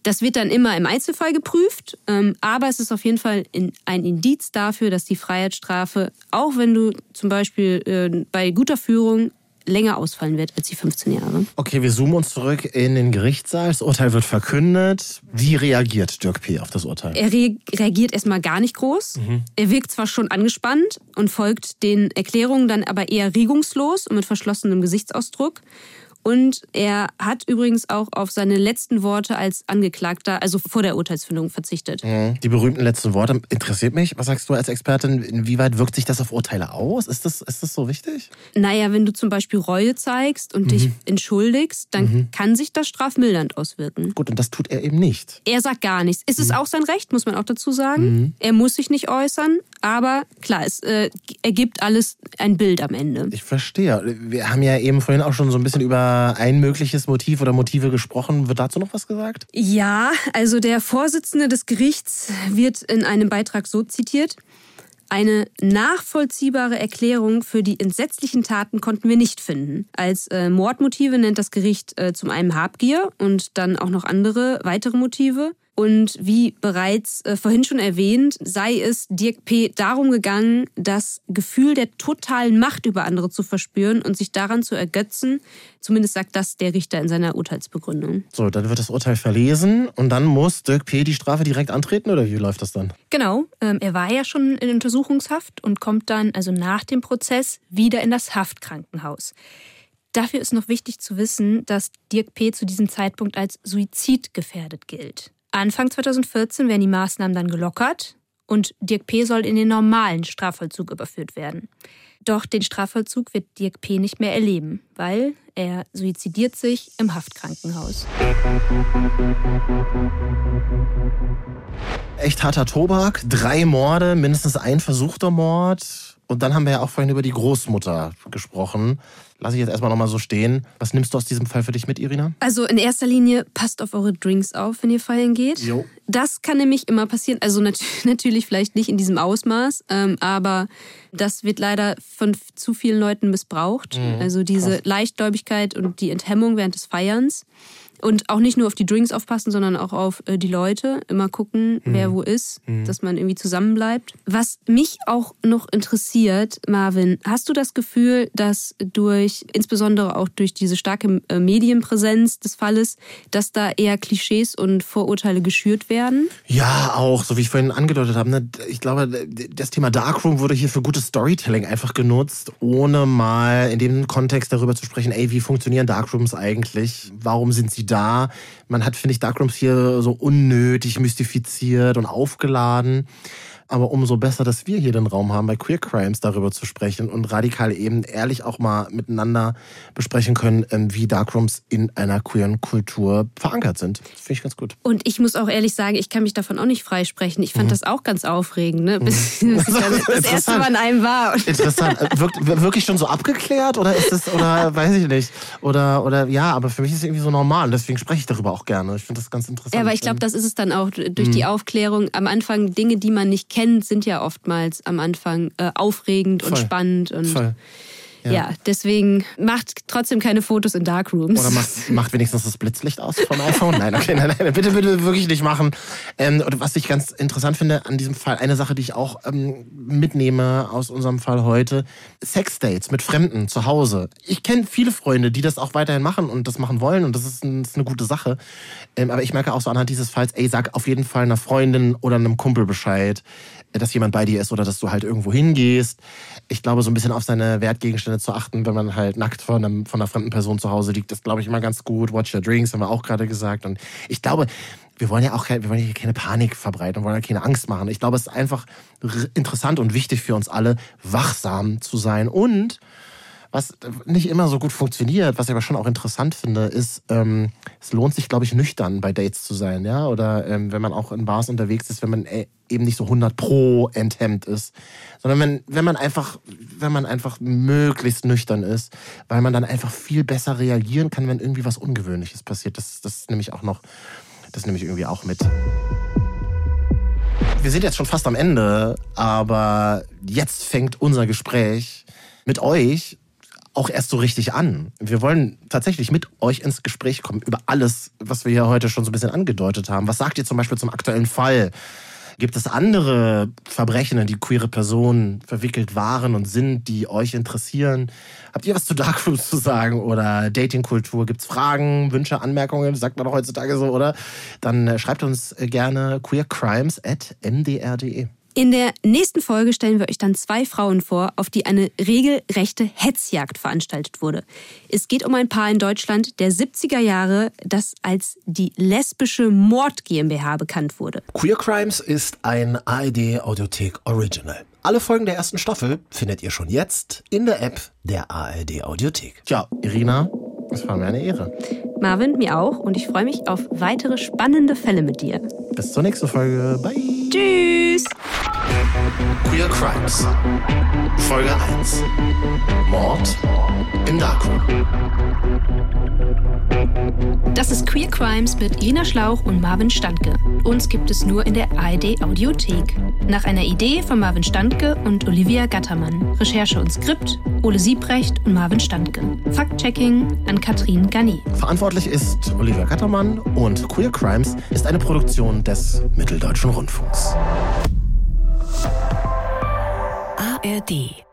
Das wird dann immer im Einzelfall geprüft, aber es ist auf jeden Fall ein Indiz dafür, dass die Freiheitsstrafe, auch wenn du zum Beispiel bei guter Führung länger ausfallen wird als die 15 Jahre. Okay, wir zoomen uns zurück in den Gerichtssaal. Das Urteil wird verkündet. Wie reagiert Dirk P. auf das Urteil? Er reagiert erstmal gar nicht groß. Er wirkt zwar schon angespannt und folgt den Erklärungen dann aber eher regungslos und mit verschlossenem Gesichtsausdruck. Und er hat übrigens auch auf seine letzten Worte als Angeklagter, also vor der Urteilsfindung, verzichtet. Die berühmten letzten Worte interessiert mich. Was sagst du als Expertin? Inwieweit wirkt sich das auf Urteile aus? Ist das so wichtig? Naja, wenn du zum Beispiel Reue zeigst und dich entschuldigst, dann kann sich das strafmildernd auswirken. Gut, und das tut er eben nicht. Er sagt gar nichts. Es ist auch sein Recht, muss man auch dazu sagen. Er muss sich nicht äußern, aber klar, es ergibt alles ein Bild am Ende. Ich verstehe. Wir haben ja eben vorhin auch schon so ein bisschen über ein mögliches Motiv oder Motive gesprochen. Wird dazu noch was gesagt? Ja, also der Vorsitzende des Gerichts wird in einem Beitrag so zitiert: Eine nachvollziehbare Erklärung für die entsetzlichen Taten konnten wir nicht finden. Als Mordmotive nennt das Gericht zum einen Habgier und dann auch noch andere weitere Motive. Und wie bereits vorhin schon erwähnt, sei es Dirk P. darum gegangen, das Gefühl der totalen Macht über andere zu verspüren und sich daran zu ergötzen. Zumindest sagt das der Richter in seiner Urteilsbegründung. So, dann wird das Urteil verlesen und dann muss Dirk P. die Strafe direkt antreten, oder wie läuft das dann? Genau, er war ja schon in Untersuchungshaft und kommt dann also nach dem Prozess wieder in das Haftkrankenhaus. Dafür ist noch wichtig zu wissen, dass Dirk P. zu diesem Zeitpunkt als suizidgefährdet gilt. Anfang 2014 werden die Maßnahmen dann gelockert und Dirk P. soll in den normalen Strafvollzug überführt werden. Doch den Strafvollzug wird Dirk P. nicht mehr erleben, weil er suizidiert sich im Haftkrankenhaus. Echt harter Tobak, 3 Morde, mindestens ein versuchter Mord. Und dann haben wir ja auch vorhin über die Großmutter gesprochen. Lass ich jetzt erstmal nochmal so stehen. Was nimmst du aus diesem Fall für dich mit, Irina? Also in erster Linie, passt auf eure Drinks auf, wenn ihr feiern geht. Jo. Das kann nämlich immer passieren. Also natürlich vielleicht nicht in diesem Ausmaß, aber das wird leider von zu vielen Leuten missbraucht. Also diese Leichtgläubigkeit und die Enthemmung während des Feierns. Und auch nicht nur auf die Drinks aufpassen, sondern auch auf die Leute. Immer gucken, wer wo ist, dass man irgendwie zusammenbleibt. Was mich auch noch interessiert, Marvin, hast du das Gefühl, dass insbesondere auch durch diese starke Medienpräsenz des Falles, dass da eher Klischees und Vorurteile geschürt werden? Ja, auch, so wie ich vorhin angedeutet habe. Ne? Ich glaube, das Thema Darkroom wurde hier für gutes Storytelling einfach genutzt, ohne mal in dem Kontext darüber zu sprechen, wie funktionieren Darkrooms eigentlich? Warum sind sie da? Man hat, finde ich, Darkrooms hier so unnötig mystifiziert und aufgeladen. Aber umso besser, dass wir hier den Raum haben, bei Queer Crimes darüber zu sprechen und radikal eben ehrlich auch mal miteinander besprechen können, wie Darkrooms in einer queeren Kultur verankert sind. Das finde ich ganz gut. Und ich muss auch ehrlich sagen, ich kann mich davon auch nicht freisprechen. Ich fand das auch ganz aufregend, ne? Bis das erste Mal an einem war. Interessant. Wirkt wirklich schon so abgeklärt oder ist es, oder weiß ich nicht. Oder ja, aber für mich ist es irgendwie so normal und deswegen spreche ich darüber auch gerne. Ich finde das ganz interessant. Ja, aber ich glaube, das ist es dann auch durch die Aufklärung. Am Anfang Dinge, die man nicht kennt, sind ja oftmals am Anfang aufregend und spannend. Und Voll. Ja, deswegen macht trotzdem keine Fotos in Darkrooms. Oder macht wenigstens das Blitzlicht aus vom iPhone. Nein, okay, nein, bitte wirklich nicht machen. Und was ich ganz interessant finde an diesem Fall, eine Sache, die ich auch mitnehme aus unserem Fall heute, Sexdates mit Fremden zu Hause. Ich kenne viele Freunde, die das auch weiterhin machen und das machen wollen und das ist eine gute Sache. Aber ich merke auch so anhand dieses Falls, sag auf jeden Fall einer Freundin oder einem Kumpel Bescheid, dass jemand bei dir ist oder dass du halt irgendwo hingehst. Ich glaube, so ein bisschen auf seine Wertgegenstände zu achten, wenn man halt nackt von einer fremden Person zu Hause liegt, ist, glaube ich, immer ganz gut. Watch your drinks, haben wir auch gerade gesagt. Und ich glaube, wir wollen ja hier keine Panik verbreiten, wollen ja keine Angst machen. Ich glaube, es ist einfach interessant und wichtig für uns alle, wachsam zu sein. Und was nicht immer so gut funktioniert, was ich aber schon auch interessant finde, ist, es lohnt sich, glaube ich, nüchtern bei Dates zu sein, ja, oder wenn man auch in Bars unterwegs ist, wenn man eben nicht so 100% enthemmt ist, sondern wenn man einfach möglichst nüchtern ist, weil man dann einfach viel besser reagieren kann, wenn irgendwie was Ungewöhnliches passiert. Das nehme ich irgendwie auch mit. Wir sind jetzt schon fast am Ende, aber jetzt fängt unser Gespräch mit euch auch erst so richtig an. Wir wollen tatsächlich mit euch ins Gespräch kommen über alles, was wir hier heute schon so ein bisschen angedeutet haben. Was sagt ihr zum Beispiel zum aktuellen Fall? Gibt es andere Verbrechen, in die queere Personen verwickelt waren und sind, die euch interessieren? Habt ihr was zu Darkrooms zu sagen oder Datingkultur? Gibt es Fragen, Wünsche, Anmerkungen? Das sagt man doch heutzutage so, oder? Dann schreibt uns gerne queercrimes@mdr.de. In der nächsten Folge stellen wir euch dann 2 Frauen vor, auf die eine regelrechte Hetzjagd veranstaltet wurde. Es geht um ein Paar in Deutschland der 70er Jahre, das als die lesbische Mord GmbH bekannt wurde. Queer Crimes ist ein ARD Audiothek Original. Alle Folgen der ersten Staffel findet ihr schon jetzt in der App der ARD Audiothek. Tja, Irina, es war mir eine Ehre. Marvin, mir auch. Und ich freue mich auf weitere spannende Fälle mit dir. Bis zur nächsten Folge. Bye. Tschüss. Queer Crimes. Folge 1. Mord im Darkroom. Das ist Queer Crimes mit Irina Schlauch und Marvin Standke. Uns gibt es nur in der ARD Audiothek. Nach einer Idee von Marvin Standke und Olivia Gattermann. Recherche und Skript Ole Siebrecht und Marvin Standke. Fact-Checking an Katrin Garnier. Verantwortlich ist Olivia Gattermann und Queer Crimes ist eine Produktion des Mitteldeutschen Rundfunks. ARD